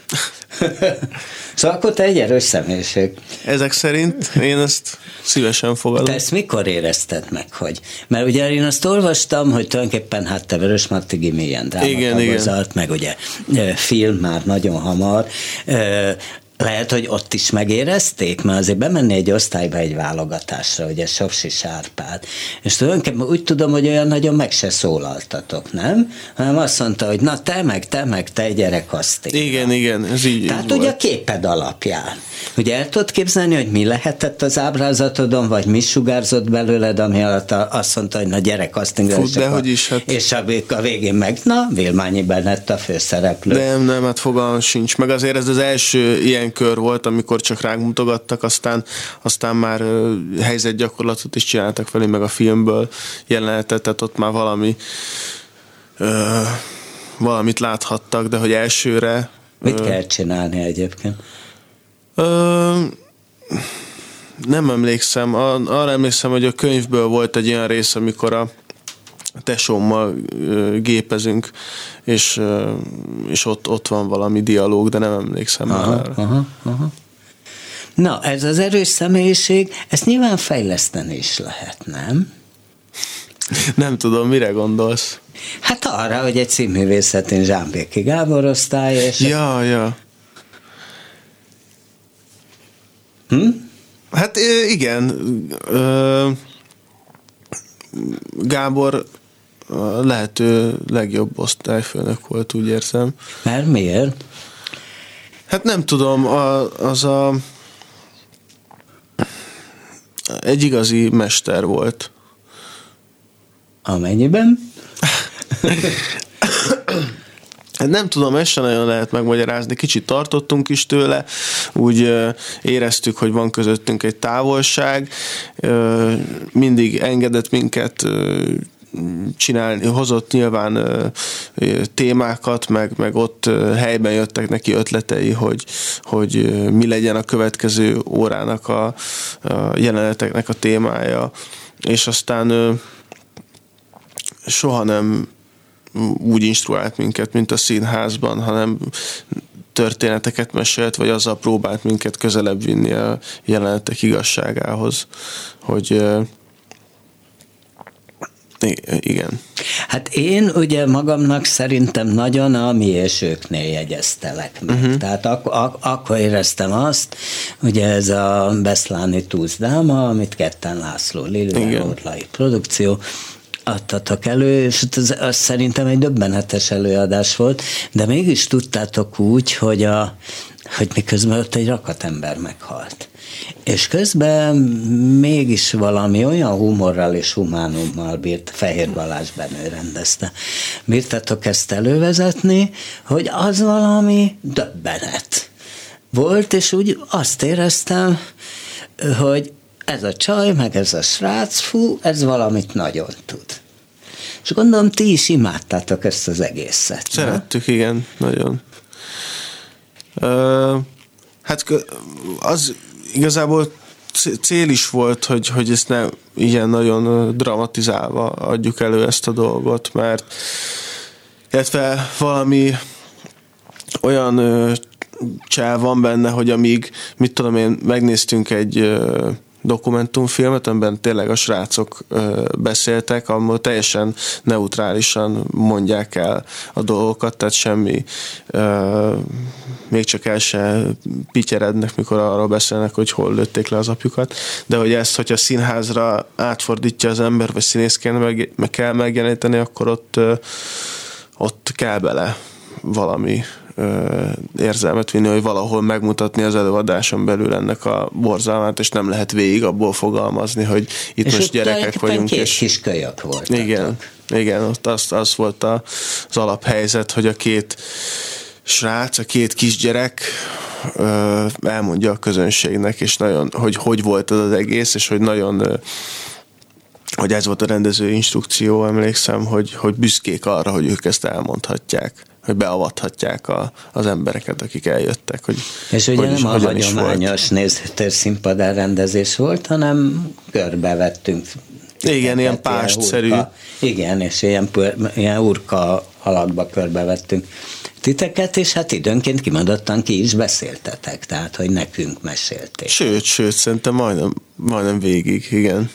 Szóval akkor te egy erős személyiség. Ezek szerint én ezt szívesen fogadom. Te ezt mikor érezted meg, hogy? Mert ugye én azt olvastam, hogy tulajdonképpen hát te Vörösmarty milyen drámatagozat, meg ugye film már nagyon hamar. Lehet, hogy ott is megérezték, mert azért bemenni egy osztályba egy válogatásra, ugye Sopsis Árpád, és tulajdonképpen úgy tudom, hogy olyan nagyon meg se szólaltatok, nem? Hanem azt mondta, hogy na te meg, te meg, te gyerek azt. Igen, igen, ez így Tehát így ugye volt. A képed alapján. Ugye el tudod képzelni, hogy mi lehetett az ábrázatodon, vagy mi sugárzott belőled, ami alatt azt mondta, hogy na gyerek azt Fú, de hogy is, hát. És a, a végén meg, na, Vélmányi Bennett a főszereplő. Nem, nem, hát fogalmam sincs. Meg azért ez az első ilyen kör volt, amikor csak ránk mutogattak, aztán, aztán már uh, helyzetgyakorlatot is csináltak velem, meg a filmből jelenetet, tehát ott már valami uh, valamit láthattak, de hogy elsőre... Mit uh, kell csinálni egyébként? Uh, nem emlékszem. Arra emlékszem, hogy a könyvből volt egy olyan rész, amikor a tesómmal uh, gépezünk, és, uh, és ott, ott van valami dialóg, de nem emlékszem aha, már. Aha, aha. Na, ez az erős személyiség, ezt nyilván fejleszteni is lehet, nem? Nem tudom, mire gondolsz? Hát arra, hogy egy színművészetén Zsámbéki Gábor osztály, és... Ja, ja. Hm? Hát igen. Gábor a lehető legjobb osztályfőnök volt, úgy érzem. Mert miért? Hát nem tudom, az a egy igazi mester volt. Amennyiben? Nem tudom, ezt sem nagyon lehet megmagyarázni. Kicsit tartottunk is tőle, úgy éreztük, hogy van közöttünk egy távolság. Mindig engedett minket csinálni, hozott nyilván témákat, meg, meg ott helyben jöttek neki ötletei, hogy, hogy mi legyen a következő órának a, a jeleneteknek a témája. És aztán soha nem úgy instruált minket, mint a színházban, hanem történeteket mesélt, vagy azzal próbált minket közelebb vinni a jelenetek igazságához, hogy igen. Hát én ugye magamnak szerintem nagyon a mi és őknél jegyeztelek meg. Uh-huh. Tehát ak- ak- akkor éreztem azt, ugye ez a Beszláni Túzdáma, amit ketten László Lillán Orlai produkció, adtatok elő, és az, az szerintem egy döbbenetes előadás volt, de mégis tudtátok úgy, hogy, a, hogy miközben ott egy rakatember meghalt. És közben mégis valami olyan humorral és humánummal bírt, Fehér Balázs Benő rendezte. Bírtatok ezt elővezetni, hogy az valami döbbenet volt, és úgy azt éreztem, hogy ez a csaj, meg ez a srác, fú, ez valamit nagyon tud. És gondolom, ti is imádtátok ezt az egészet. Szerettük, na? Igen, nagyon. Uh, hát az igazából cél is volt, hogy, hogy ezt ne ilyen nagyon dramatizálva adjuk elő ezt a dolgot, mert illetve valami olyan uh, csel van benne, hogy amíg, mit tudom én, megnéztünk egy uh, dokumentumfilmet, amiben tényleg a srácok ö, beszéltek, ahol teljesen neutrálisan mondják el a dolgokat, tehát semmi ö, még csak el se pityerednek, mikor arról beszélnek, hogy hol lőtték le az apjukat, de hogy ezt, hogyha színházra átfordítja az ember, vagy színészként meg, meg kell megjeleníteni, akkor ott, ö, ott kell bele valami érzelmet vinni, hogy valahol megmutatni az előadáson belül ennek a borzalmát, és nem lehet végig abból fogalmazni, hogy itt és most gyerekek vagyunk. Két és kis kölyök voltak. Igen, igen, ott az, az volt a, az alaphelyzet, hogy a két srác, a két kisgyerek ö, elmondja a közönségnek, és nagyon, hogy hogy volt az az egész, és hogy nagyon ö, hogy ez volt a rendező instrukció, emlékszem, hogy, hogy büszkék arra, hogy ők ezt elmondhatják, hogy beavathatják a, az embereket, akik eljöttek. Hogy, és ugye hogy nem is, a hagyományos nézőtér rendezés volt, hanem körbevettünk. Igen, ilyen pástszerű. Igen, és ilyen, ilyen urka alakba körbevettünk titeket, és hát időnként kimondottan ki is beszéltetek, tehát, hogy nekünk mesélték. Sőt, sőt, szerintem majdnem, majdnem végig, igen.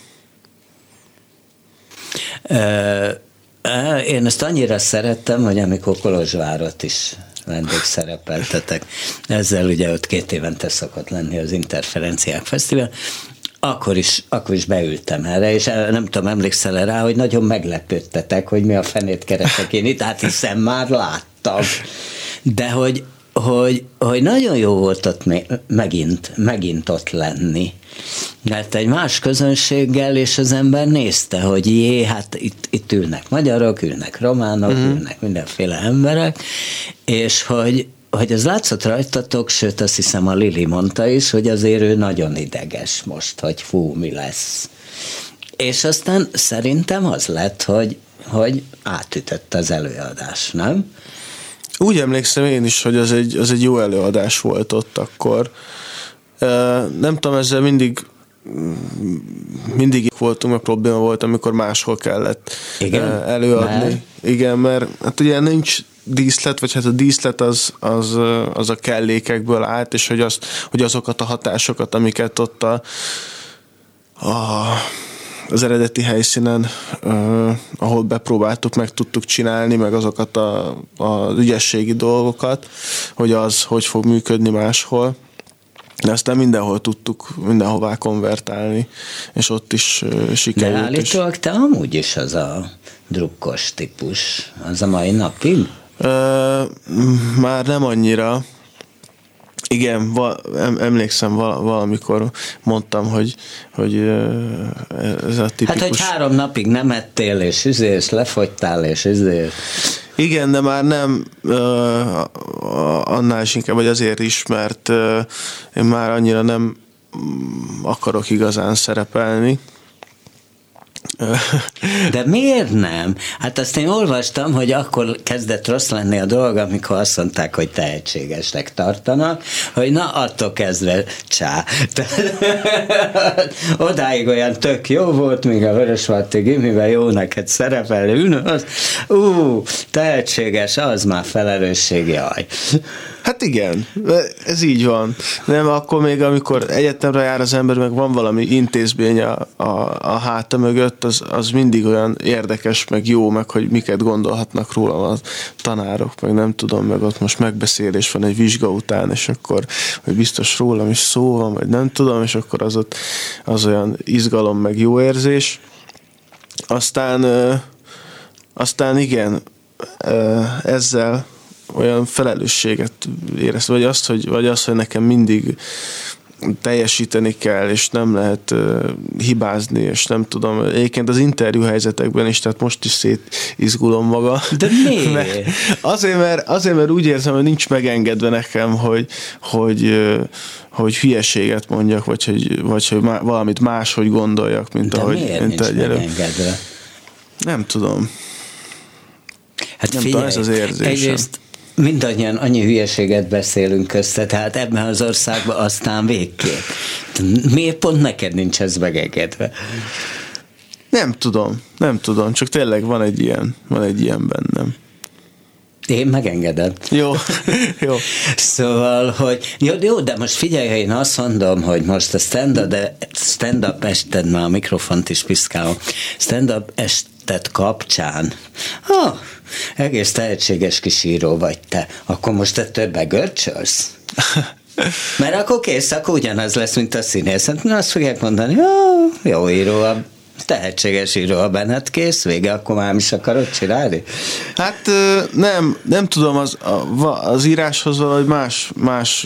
Én ezt annyira szerettem, hogy amikor Kolozsvárot is vendégszerepeltetek, ezzel ugye ott két évente szokott lenni az Interferenciák Fesztivál, akkor is, akkor is beültem erre, és nem tudom, emlékszel rá, hogy nagyon meglepődtetek, hogy mi a fenét keresek én itt, hát hiszen már láttam. De hogy, hogy, hogy nagyon jó volt ott megint, megint ott lenni. Mert egy más közönséggel, és az ember nézte, hogy jé, hát itt, itt ülnek magyarok, ülnek románok, mm. ülnek mindenféle emberek, és hogy, hogy az látszott rajtatok, sőt azt hiszem a Lili mondta is, hogy azért ő nagyon ideges most, hogy fú, mi lesz. És aztán szerintem az lett, hogy, hogy átütött az előadás, nem? Úgy emlékszem én is, hogy az egy, az egy jó előadás volt ott akkor. Nem tudom, ezzel mindig mindig voltunk, mert probléma volt, amikor máshol kellett Igen? előadni. Mert? Igen, mert hát ugye nincs díszlet, vagy hát a díszlet az, az, az a kellékekből állt, és hogy, az, hogy azokat a hatásokat, amiket ott a, a az eredeti helyszínen, uh, ahol bepróbáltuk, meg tudtuk csinálni, meg azokat a, a ügyességi dolgokat, hogy az hogy fog működni máshol. De aztán mindenhol tudtuk, mindenhová konvertálni, és ott is uh, sikerült. De állítólag te amúgy is az a drukkos típus, az a mai napig? Uh, már nem annyira. Igen, val- emlékszem, val- valamikor mondtam, hogy, hogy ez a tipikus... Hát, hogy három napig nem ettél, és üzé, és lefogytál, és üzé. Igen, de már nem uh, annál is inkább, vagy azért is, mert uh, én már annyira nem akarok igazán szerepelni. De miért nem? Hát azt én olvastam, hogy akkor kezdett rossz lenni a dolog, amikor azt mondták, hogy tehetségesnek tartanak, hogy na, attól kezdve csá. Odáig olyan tök jó volt, míg a Vörösmarty Gimiben jó neked szerepelni, ünös, ú, tehetséges, az már felelősség, jaj. Hát igen, ez így van. Nem, akkor még amikor egyetemre jár az ember, meg van valami intézmény a, a, a háta mögött, az, az mindig olyan érdekes, meg jó, meg hogy miket gondolhatnak róla a tanárok, meg nem tudom, meg ott most megbeszélés van egy vizsga után, és akkor hogy biztos rólam is szó van, vagy nem tudom, és akkor az ott az olyan izgalom, meg jó érzés. Aztán, aztán igen, ezzel olyan felelősséget éreztem, vagy azt, hogy, vagy azt, hogy nekem mindig teljesíteni kell, és nem lehet uh, hibázni, és nem tudom, egyébként az interjú helyzetekben is, tehát most is szétizgulom maga. De miért? mert azért, mert, azért, mert úgy érzem, hogy nincs megengedve nekem, hogy, hogy, uh, hogy hülyeséget mondjak, vagy hogy, vagy hogy má, valamit máshogy gondoljak, mint De ahogy... miért mint nincs megengedve? Nem tudom. Hát nem figyelj, tudom, ez az érzésem. Egyrészt mindannyian annyi hülyeséget beszélünk össze, tehát ebben az országban aztán végképp. Miért pont neked nincs ez megengedve? Nem tudom, nem tudom, csak tényleg van egy ilyen, van egy ilyen bennem. Én megengedem. Jó, jó. Szóval, hogy jó, jó, de most figyelj, ha én azt mondom, hogy most a stand-up, de stand-up ested, már a mikrofont is piszkálom, stand-up ested kapcsán, ha, egész tehetséges kis író vagy te, akkor most te többet görcsölsz? Mert akkor kész, akkor ugyanaz lesz, mint a színész. Hát azt fogják mondani, jó, jó író, tehetséges író a benned, kész, vége, akkor már is akarod csinálni? Hát nem, nem tudom, az, az íráshoz valahogy más, más,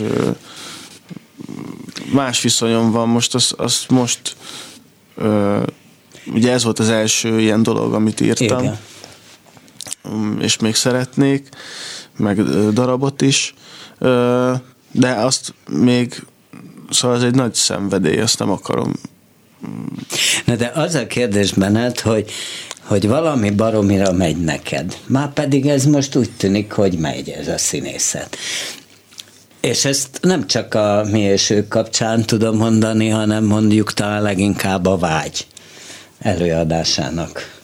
más viszonyom van. Most az, az most ugye ez volt az első ilyen dolog, amit írtam. Igen. És még szeretnék, meg darabot is, de azt még, szóval ez egy nagy szenvedély, azt nem akarom. Na de az a kérdés benned, hogy, hogy valami baromira megy neked, már pedig ez most úgy tűnik, hogy megy ez a színészet. És ezt nem csak a mi és ők kapcsán tudom mondani, hanem mondjuk talán leginkább a vágy előadásának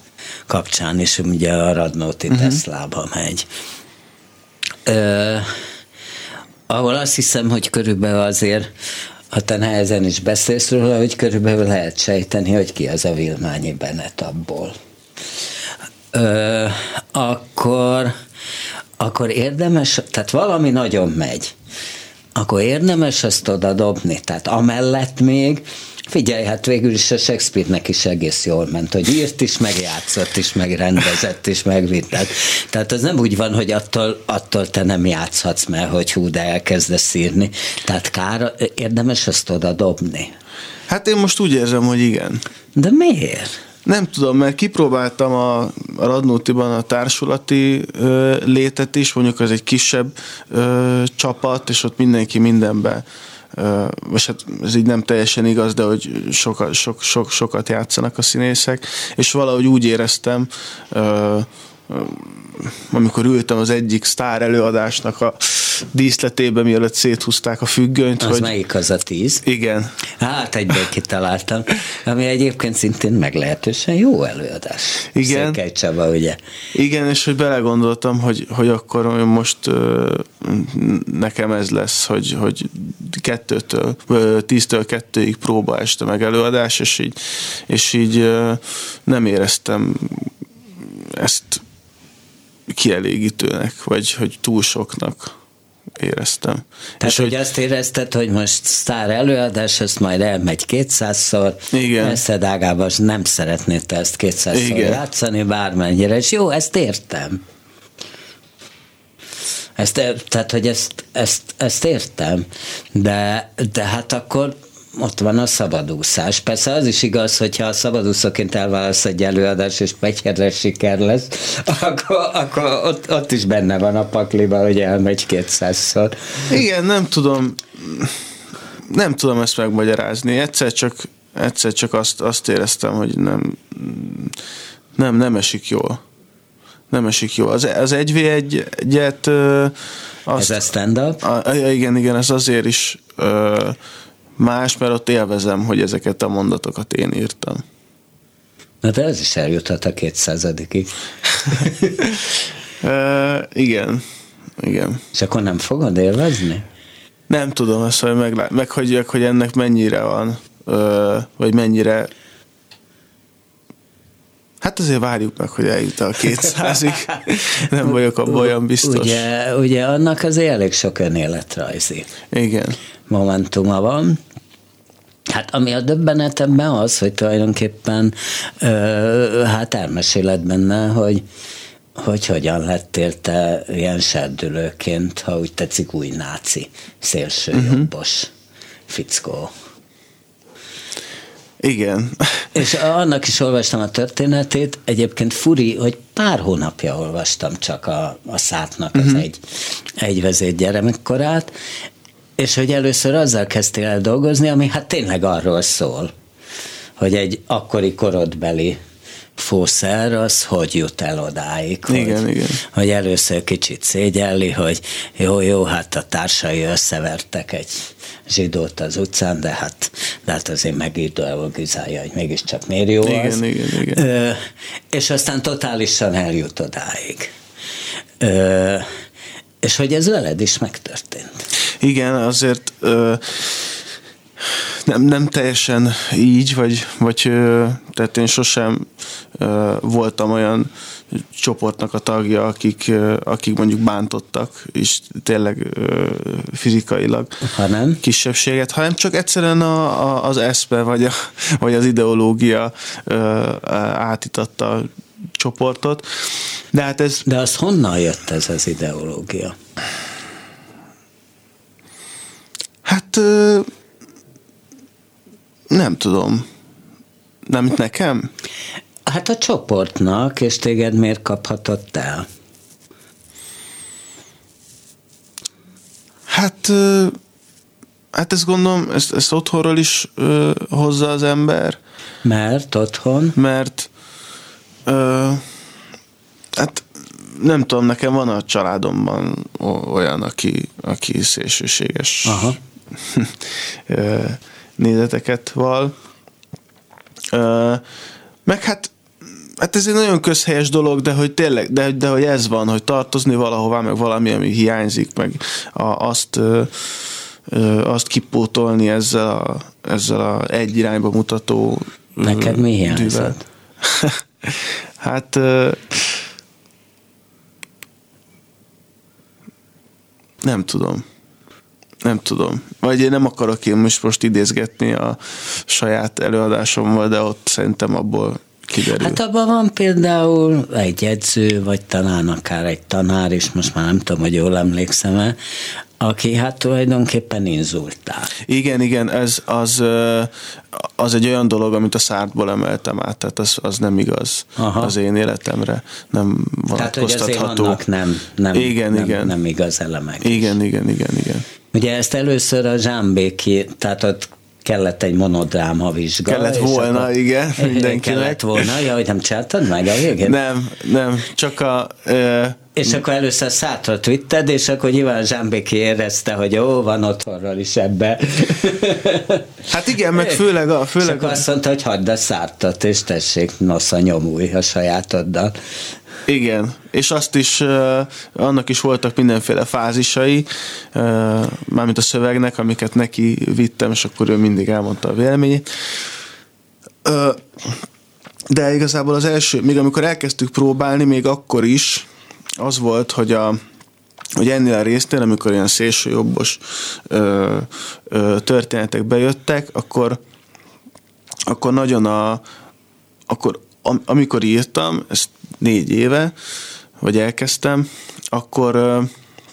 kapcsán is, ugye a Radnóti uh-huh. Teslába megy. Ö, ahol azt hiszem, hogy körülbelül azért, ha te nehezen is beszélsz róla, hogy körülbelül lehet sejteni, hogy ki az a Vilmányi Bennett abból. Ö, akkor, akkor érdemes, tehát valami nagyon megy, akkor érdemes azt oda dobni, tehát amellett még, figyelj, hát végül is a Shakespeare-nek is egész jól ment, hogy írt is, megjátszott is, megrendezett is, megvittett. Tehát az nem úgy van, hogy attól, attól te nem játszhatsz, mert hogy hú, de elkezdesz írni. Tehát kár, érdemes azt oda dobni. Hát én most úgy érzem, hogy igen. De miért? Nem tudom, mert kipróbáltam a, a Radnótiban a társulati ö, létet is, mondjuk az egy kisebb ö, csapat, és ott mindenki mindenben, ö, és hát ez így nem teljesen igaz, de hogy soka, sok, sok, sokat játszanak a színészek, és valahogy úgy éreztem, ö, ö, amikor ültem az egyik sztár előadásnak a díszletében, mielőtt széthúzták a függönyt. Az hogy... melyik az a tíz? Igen. Hát egyből kitaláltam, ami egyébként szintén meglehetősen jó előadás. Igen. Székely Csaba, ugye? Igen, és hogy belegondoltam, hogy, hogy akkor most ö, nekem ez lesz, hogy, hogy kettőtől, ö, tíztől kettőig próba este meg előadás, és így, és így ö, nem éreztem ezt kielégítőnek, vagy hogy túl soknak éreztem. Tehát, és hogy, hogy azt érezted, hogy most sztár előadás, ezt majd elmegy kétszázszor, eszed ágában nem szeretnéd te ezt kétszázszor igen. játszani, bármennyire, és jó, ezt értem. Ezt, tehát, hogy ezt, ezt, ezt értem, de, de hát akkor ott van a szabadúszás. Persze az is igaz, hogyha a szabadúszóként elválasz egy előadás, és pegyherre siker lesz, akkor, akkor ott, ott is benne van a pakliban, hogy elmegy kétszázszor. Igen, nem tudom, nem tudom ezt megmagyarázni. Egyszer csak, egyszer csak azt, azt éreztem, hogy nem, nem, nem esik jól. Nem esik jól. Az, az egy vé egyet... Ez a stand-up? A, igen, igen, ez azért is... Ö, más, mert ott élvezem, hogy ezeket a mondatokat én írtam. Na de ez is eljuthat a kétszázadikig. e, igen. Igen. És akkor nem fogod élvezni? Nem tudom azt, hogy meglá- meghagyjak, hogy ennek mennyire van, ö, vagy mennyire. Hát azért várjuk meg, hogy eljut a kétszázig. Nem vagyok abban olyan biztos. Ugye, ugye annak azért elég sok önéletrajzi. Igen. Momentuma van. Hát ami a döbbenetemben az, hogy tulajdonképpen ö, hát elmeséled benne, hogy, hogy hogyan lettél te ilyen serdülőként, ha úgy tetszik, új náci, szélsőjobbos uh-huh. fickó. Igen. És annak is olvastam a történetét, egyébként furi, hogy pár hónapja olvastam csak a, a Szátnak az uh-huh. egy, egy vezér gyermekkorát, és hogy először azzal kezdtél el dolgozni, ami hát tényleg arról szól, hogy egy akkori korodbeli fószer az hogy jut el odáig, igen, hogy, igen. hogy először kicsit szégyelli, hogy jó, jó, hát a társai összevertek egy zsidót az utcán, de hát, de hát azért megideologizálja, hogy mégiscsak miért jó igen, az. Igen, igen. Ö, és aztán totálisan eljut odáig. Ö, és hogy ez veled is megtörtént. Igen, azért ö, nem, nem teljesen így, vagy, vagy ö, tehát én sosem ö, voltam olyan csoportnak a tagja, akik, ö, akik mondjuk bántottak, és tényleg ö, fizikailag ha nem? kisebbséget, hanem csak egyszerűen a, a, az eszme, vagy, a, vagy az ideológia ö, átitatta a csoportot. De hát ez... De az honnan jött ez az ideológia? Hát ö, nem tudom. Nem nekem? Hát a csoportnak, és téged miért kaphatott el? Hát, ö, hát ezt gondolom, ezt, ezt otthonról is ö, hozza az ember. Mert otthon? Mert ö, hát nem tudom, nekem van a családomban olyan, aki, aki szélsőséges Aha. nézeteket val. Meg hát Hát ez egy nagyon közhelyes dolog, de hogy tényleg, de, de hogy ez van, hogy tartozni valahová, meg valami, ami hiányzik, meg a, azt, ö, ö, azt kipótolni ezzel a, ezzel a egy irányba mutató Neked mi hiányzott? Hát ö, nem tudom. Nem tudom. Vagy én nem akarok én most, most idézgetni a saját előadásommal, de ott szerintem abból kiderül. Hát abban van például egy edző, vagy talán akár egy tanár, és most már nem tudom, hogy jól emlékszem-e, aki hát tulajdonképpen inzultál. Igen, igen, ez az, az egy olyan dolog, amit a szártból emeltem át, tehát az, az nem igaz. Aha. Az én életemre. Nem vonatkoztatható. Tehát, hogy azért vannak nem, nem, igen, nem, igen. nem igaz elemek. Igen, igen, igen, igen. Ugye ezt először a Zsámbéki, tehát ott kellett egy monodráma vizsga. Kellett volna, akkor, igen, mindenkinek. Kellett volna, ja, hogy nem csináltad meg a végén? Nem, nem, csak a... Uh, és akkor először Szártrat vitted, és akkor nyilván Zsámbéki érezte, hogy ó, van otthonról is ebbe. Hát igen, meg főleg a... Főleg és akkor a... azt mondta, hogy hagyd a Szártat, és tessék, nosza nyomulj a sajátoddal. Igen, és azt is, uh, annak is voltak mindenféle fázisai, uh, mármint a szövegnek, amiket neki vittem, és akkor ő mindig elmondta a véleményét. Uh, de igazából az első, még amikor elkezdtük próbálni, még akkor is az volt, hogy, a, hogy ennél a résznél, amikor ilyen szélsőjobbos uh, uh, történetek bejöttek, akkor, akkor nagyon a... Akkor, am, amikor írtam, ezt négy éve, vagy elkezdtem, akkor uh,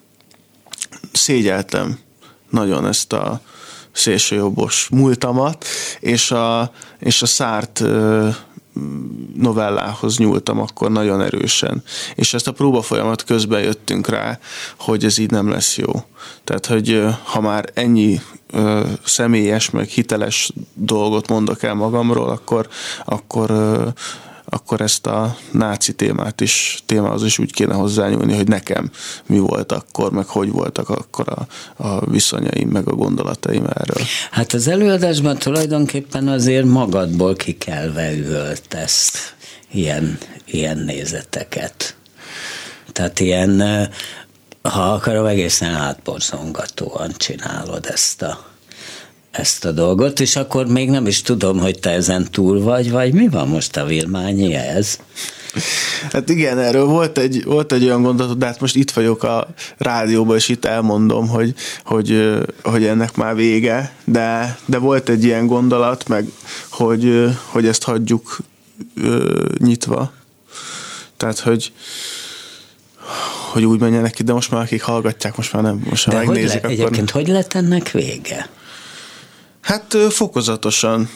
szégyeltem nagyon ezt a szélsőjobbos múltamat, és a, és a Szárt uh, novellához nyúltam akkor nagyon erősen. És ezt a próbafolyamat közben jöttünk rá, hogy ez így nem lesz jó. Tehát, hogy uh, ha már ennyi uh, személyes, meg hiteles dolgot mondok el magamról, akkor, akkor uh, akkor ezt a náci témát is, témához is úgy kéne hozzányúlni, hogy nekem mi volt akkor, meg hogy voltak akkor a, a viszonyaim, meg a gondolataim erről. Hát az előadásban tulajdonképpen azért magadból kikelve üvöltesz ilyen, ilyen nézeteket. Tehát ilyen, ha akarom, egészen átborzongatóan csinálod ezt a ezt a dolgot, és akkor még nem is tudom, hogy te ezen túl vagy, vagy mi van most a Vilmányi ez? Hát igen, erről volt egy, volt egy olyan gondolat, de hát most itt vagyok a rádióban, és itt elmondom, hogy, hogy, hogy ennek már vége, de, de volt egy ilyen gondolat, meg hogy, hogy ezt hagyjuk nyitva. Tehát, hogy hogy úgy menjenek ki, de most már akik hallgatják, most már nem, most már megnézik. De hogy le, egyébként hogy lett ennek vége? Hát fokozatosan.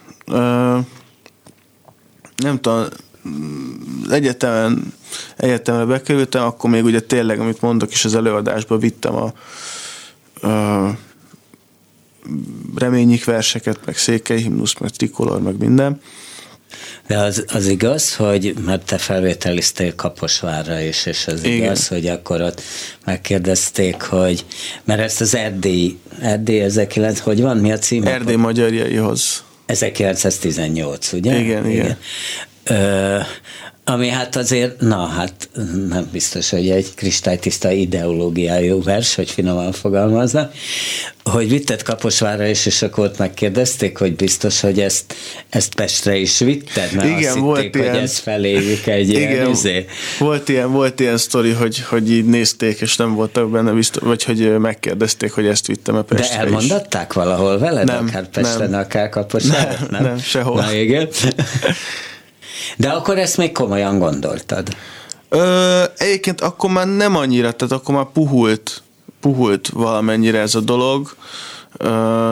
Nem tudom, egyetemen, egyetemre bekerültem, akkor még ugye tényleg, amit mondok is az előadásban, vittem a, a Reményik verseket, meg Székely himnusz, meg Trikolor, meg minden. De az, az igaz, hogy mert te felvételiztél Kaposvárra is, és az igen. Igaz, hogy akkor ott megkérdezték, hogy, mert ezt az Erdély, Erdély ezerkilencszáz, hogy van, mi a cím? Erdély magyarjaihoz. ezerkilencszáztizennyolc, ugye? Igen, igen. igen. Ö, ami hát azért, na hát nem biztos, hogy egy kristálytiszta ideológiájú vers, hogy finoman fogalmaznak, hogy vitted Kaposvárra is, és akkor ott megkérdezték, hogy biztos, hogy ezt, ezt Pestre is vitted, mert igen, azt volt hitték, ilyen, hogy ez feléjük egy igen, ilyen izé. Volt ilyen, volt ilyen sztori, hogy, hogy így nézték, és nem voltak benne biztos, vagy hogy megkérdezték, hogy ezt vittem a Pestre. De elmondatták is valahol veled? Nem, akár Pestre, nem. akár Kaposvárra? Nem, nem, nem, sehol. Na igen. De akkor ezt még komolyan gondoltad? Ö, egyébként akkor már nem annyira, tehát akkor már puhult, puhult valamennyire ez a dolog. Ö,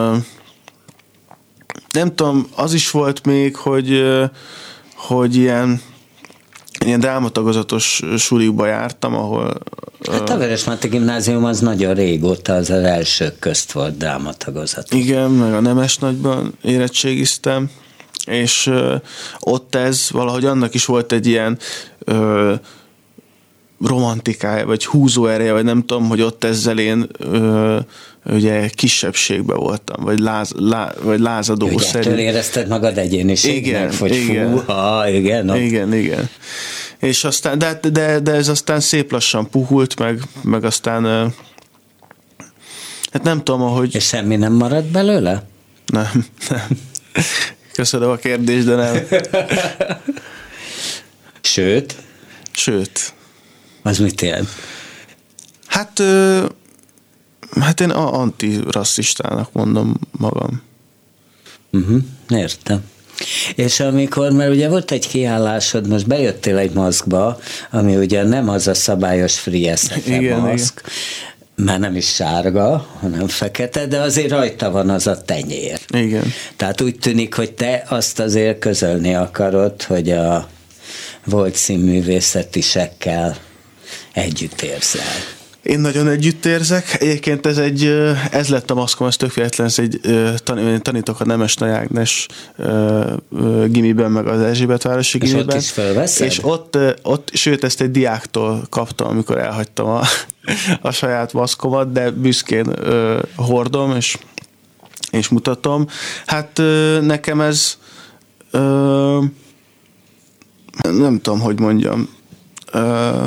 nem tudom, az is volt még, hogy, hogy ilyen, ilyen drámatagozatos sulikba jártam, ahol... Hát a Vörösmarty Gimnázium az nagyon régóta az, az elsők közt volt drámatagozatos. Igen, meg a Nemesnagyban érettségiztem, és ö, ott ez valahogy annak is volt egy ilyen ö, romantikája, vagy húzóereje, vagy nem tudom, hogy ott ezzel én ö, ugye kisebbségben voltam, vagy, láz, lá, vagy lázadó ugye, szerint. Ettől érezted magad egyéniségnek, igen, hogy igen, fú, ha, igen. No. Igen, igen. És aztán, de, de, de ez aztán szép lassan puhult, meg, meg aztán hát nem tudom, ahogy... És semmi nem maradt belőle? Nem, nem. Köszönöm a kérdést, de nem. Sőt? Sőt. Az mit jelent? Hát, ö, hát én antirasszistának mondom magam. Uh-huh, értem. És amikor, mert ugye volt egy kiállásod, most bejöttél egy maszkba, ami ugye nem az a szabályos Free es ef em maszk, igen. Már nem is sárga, hanem fekete, de azért rajta van az a tenyér. Igen. Tehát úgy tűnik, hogy te azt azért közölni akarod, hogy a volt színművészetisekkel együtt érzel. Én nagyon együtt érzek. Egyébként ez egy, ez lett a maszkom, ez tök véletlen, ez egy, tanítok a Nemes Nagy Ágnes gimiben, meg az Erzsébetvárosi gimiben. És ott is felveszed? És ott, ott, sőt, ezt egy diáktól kaptam, amikor elhagytam a, a saját maszkomat, de büszkén uh, hordom, és, és mutatom. Hát uh, nekem ez uh, nem tudom, hogy mondjam, uh,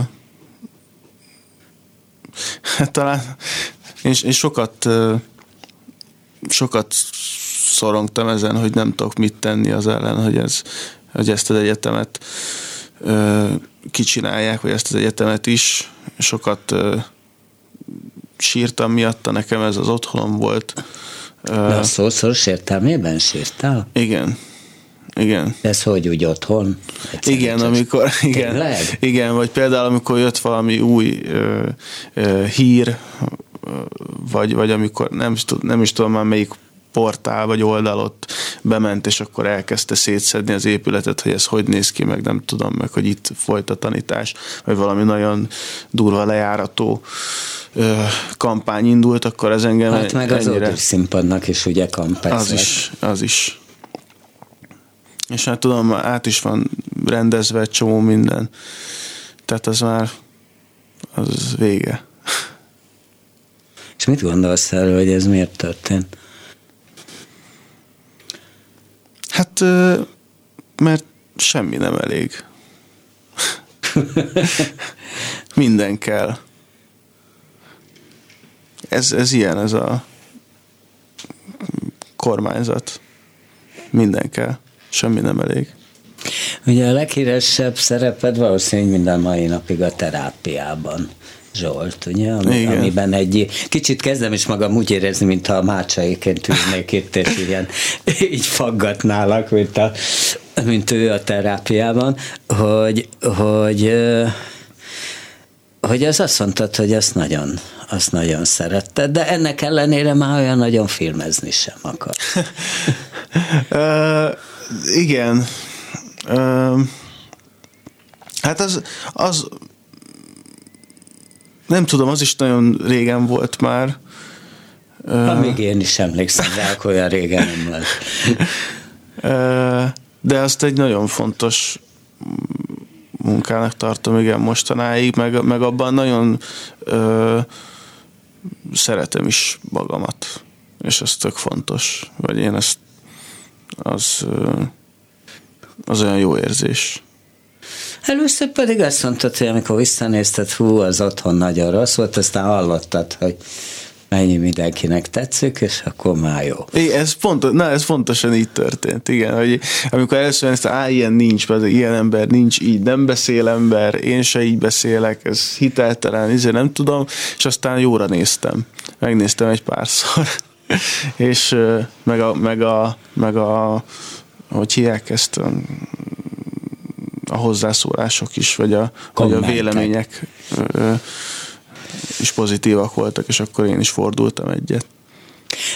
hát talán én, én sokat sokat szorongtam ezen, hogy nem tudok mit tenni az ellen, hogy, ez, hogy ezt az egyetemet kicsinálják, vagy ezt az egyetemet is. Sokat sírtam miatta, nekem ez az otthonom volt. De a szószoros értelmében sírtál? Igen. Igen. Ez hogy úgy otthon? Egyszerűen igen, amikor, igen, igen, vagy például amikor jött valami új ö, ö, hír, vagy, vagy amikor nem, nem is tudom már melyik portál vagy oldalot bement, és akkor elkezdte szétszedni az épületet, hogy ez hogy néz ki, meg nem tudom, meg hogy itt folyt a tanítás, vagy valami nagyon durva lejárató ö, kampány indult, akkor ez engem hát meg az ennyire... Ódor színpadnak is ugye kampány. Az is, az is. És hát tudom, át is van rendezve egy csomó minden. Tehát az már az vége. És mit gondolsz erről, hogy ez miért történt? Hát, mert semmi nem elég. Minden kell. Ez, ez ilyen, ez a kormányzat. Minden kell. Semmi nem elég. Ugye a leghíresebb szereped valószínűleg minden mai napig a Terápiában, Zsolt, ugye? Ami, amiben egy, kicsit kezdem is magam úgy érezni, mintha a Mácsaiként ülnék itt, és ilyen, így faggatnálak, mint, a, mint ő a Terápiában, hogy, hogy, hogy az azt mondtad, hogy azt nagyon, azt nagyon szeretted, de ennek ellenére már olyan nagyon filmezni sem akar. uh, igen. Uh, hát az, az nem tudom, az is nagyon régen volt már. Uh, Még én is emlékszem rá, olyan régen nem lett. Uh, de azt egy nagyon fontos munkának tartom, igen, mostanáig, meg, meg abban nagyon uh, szeretem is magamat, és ez tök fontos, vagy én ezt az, uh, az olyan jó érzés. Először pedig azt mondtad, hogy amikor visszanézted, hú, az otthon nagyon rossz volt, aztán hallottad, hogy mennyi mindenkinek tetszik, és akkor már jó. Igen, ez, pontos, na, ez pontosan így történt, igen, hogy amikor először néztem, á, ilyen nincs, ilyen ember nincs, így nem beszél ember, én se így beszélek, ez hiteltelen, ezért nem tudom, és aztán jóra néztem, megnéztem egy párszor, és meg a, meg a, meg a hogy hívják ezt, a, a hozzászólások is, vagy a, vagy a vélemények is pozitívak voltak, és akkor én is fordultam egyet. Na,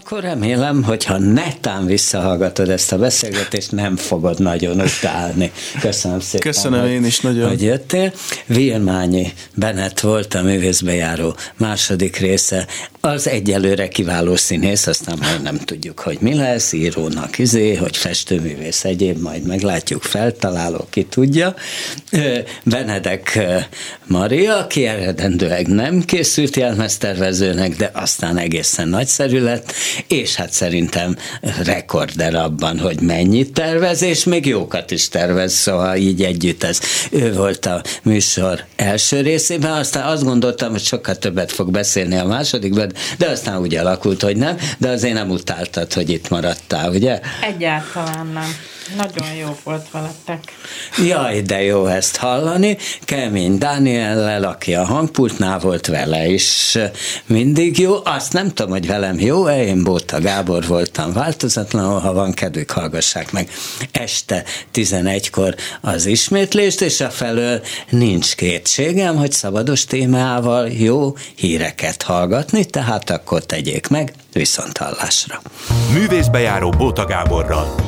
Akkor remélem, hogyha netán visszahallgatod ezt a beszélgetést, nem fogod nagyon utálni. Köszönöm szépen. Köszönöm hogy, én is nagyon. Hogy jöttél. Villmányi Bennett volt a művészbejáró második része. Az egyelőre kiváló színész, aztán majd nem tudjuk, hogy mi lesz, írónak izé, hogy festőművész egyéb, majd meglátjuk, feltaláló, ki tudja. Benedek Maria, aki eredendőleg nem készült jelmeztervezőnek, de aztán egészen nagyszerű lett, és hát szerintem rekorder abban, hogy mennyit tervez, és még jókat is tervez, szóval így együtt ez. Ő volt a műsor első részében, aztán azt gondoltam, hogy sokkal többet fog beszélni a másodikban, de aztán úgy alakult, hogy nem, de azért nem utáltad, hogy itt maradtál, ugye? Egyáltalán nem. Nagyon jó volt veletek. Jaj, de jó ezt hallani. Kemény Dániellel, aki a hangpultnál volt, vele is mindig jó. Azt nem tudom, hogy velem jó, én Bóta Gábor voltam változatlanul, ha van kedvük, hallgassák meg este tizenegykor az ismétlést, és afelől nincs kétségem, hogy szabados témával jó híreket hallgatni, tehát akkor tegyék meg, viszont hallásra. Művészbejáró Bóta Gáborral.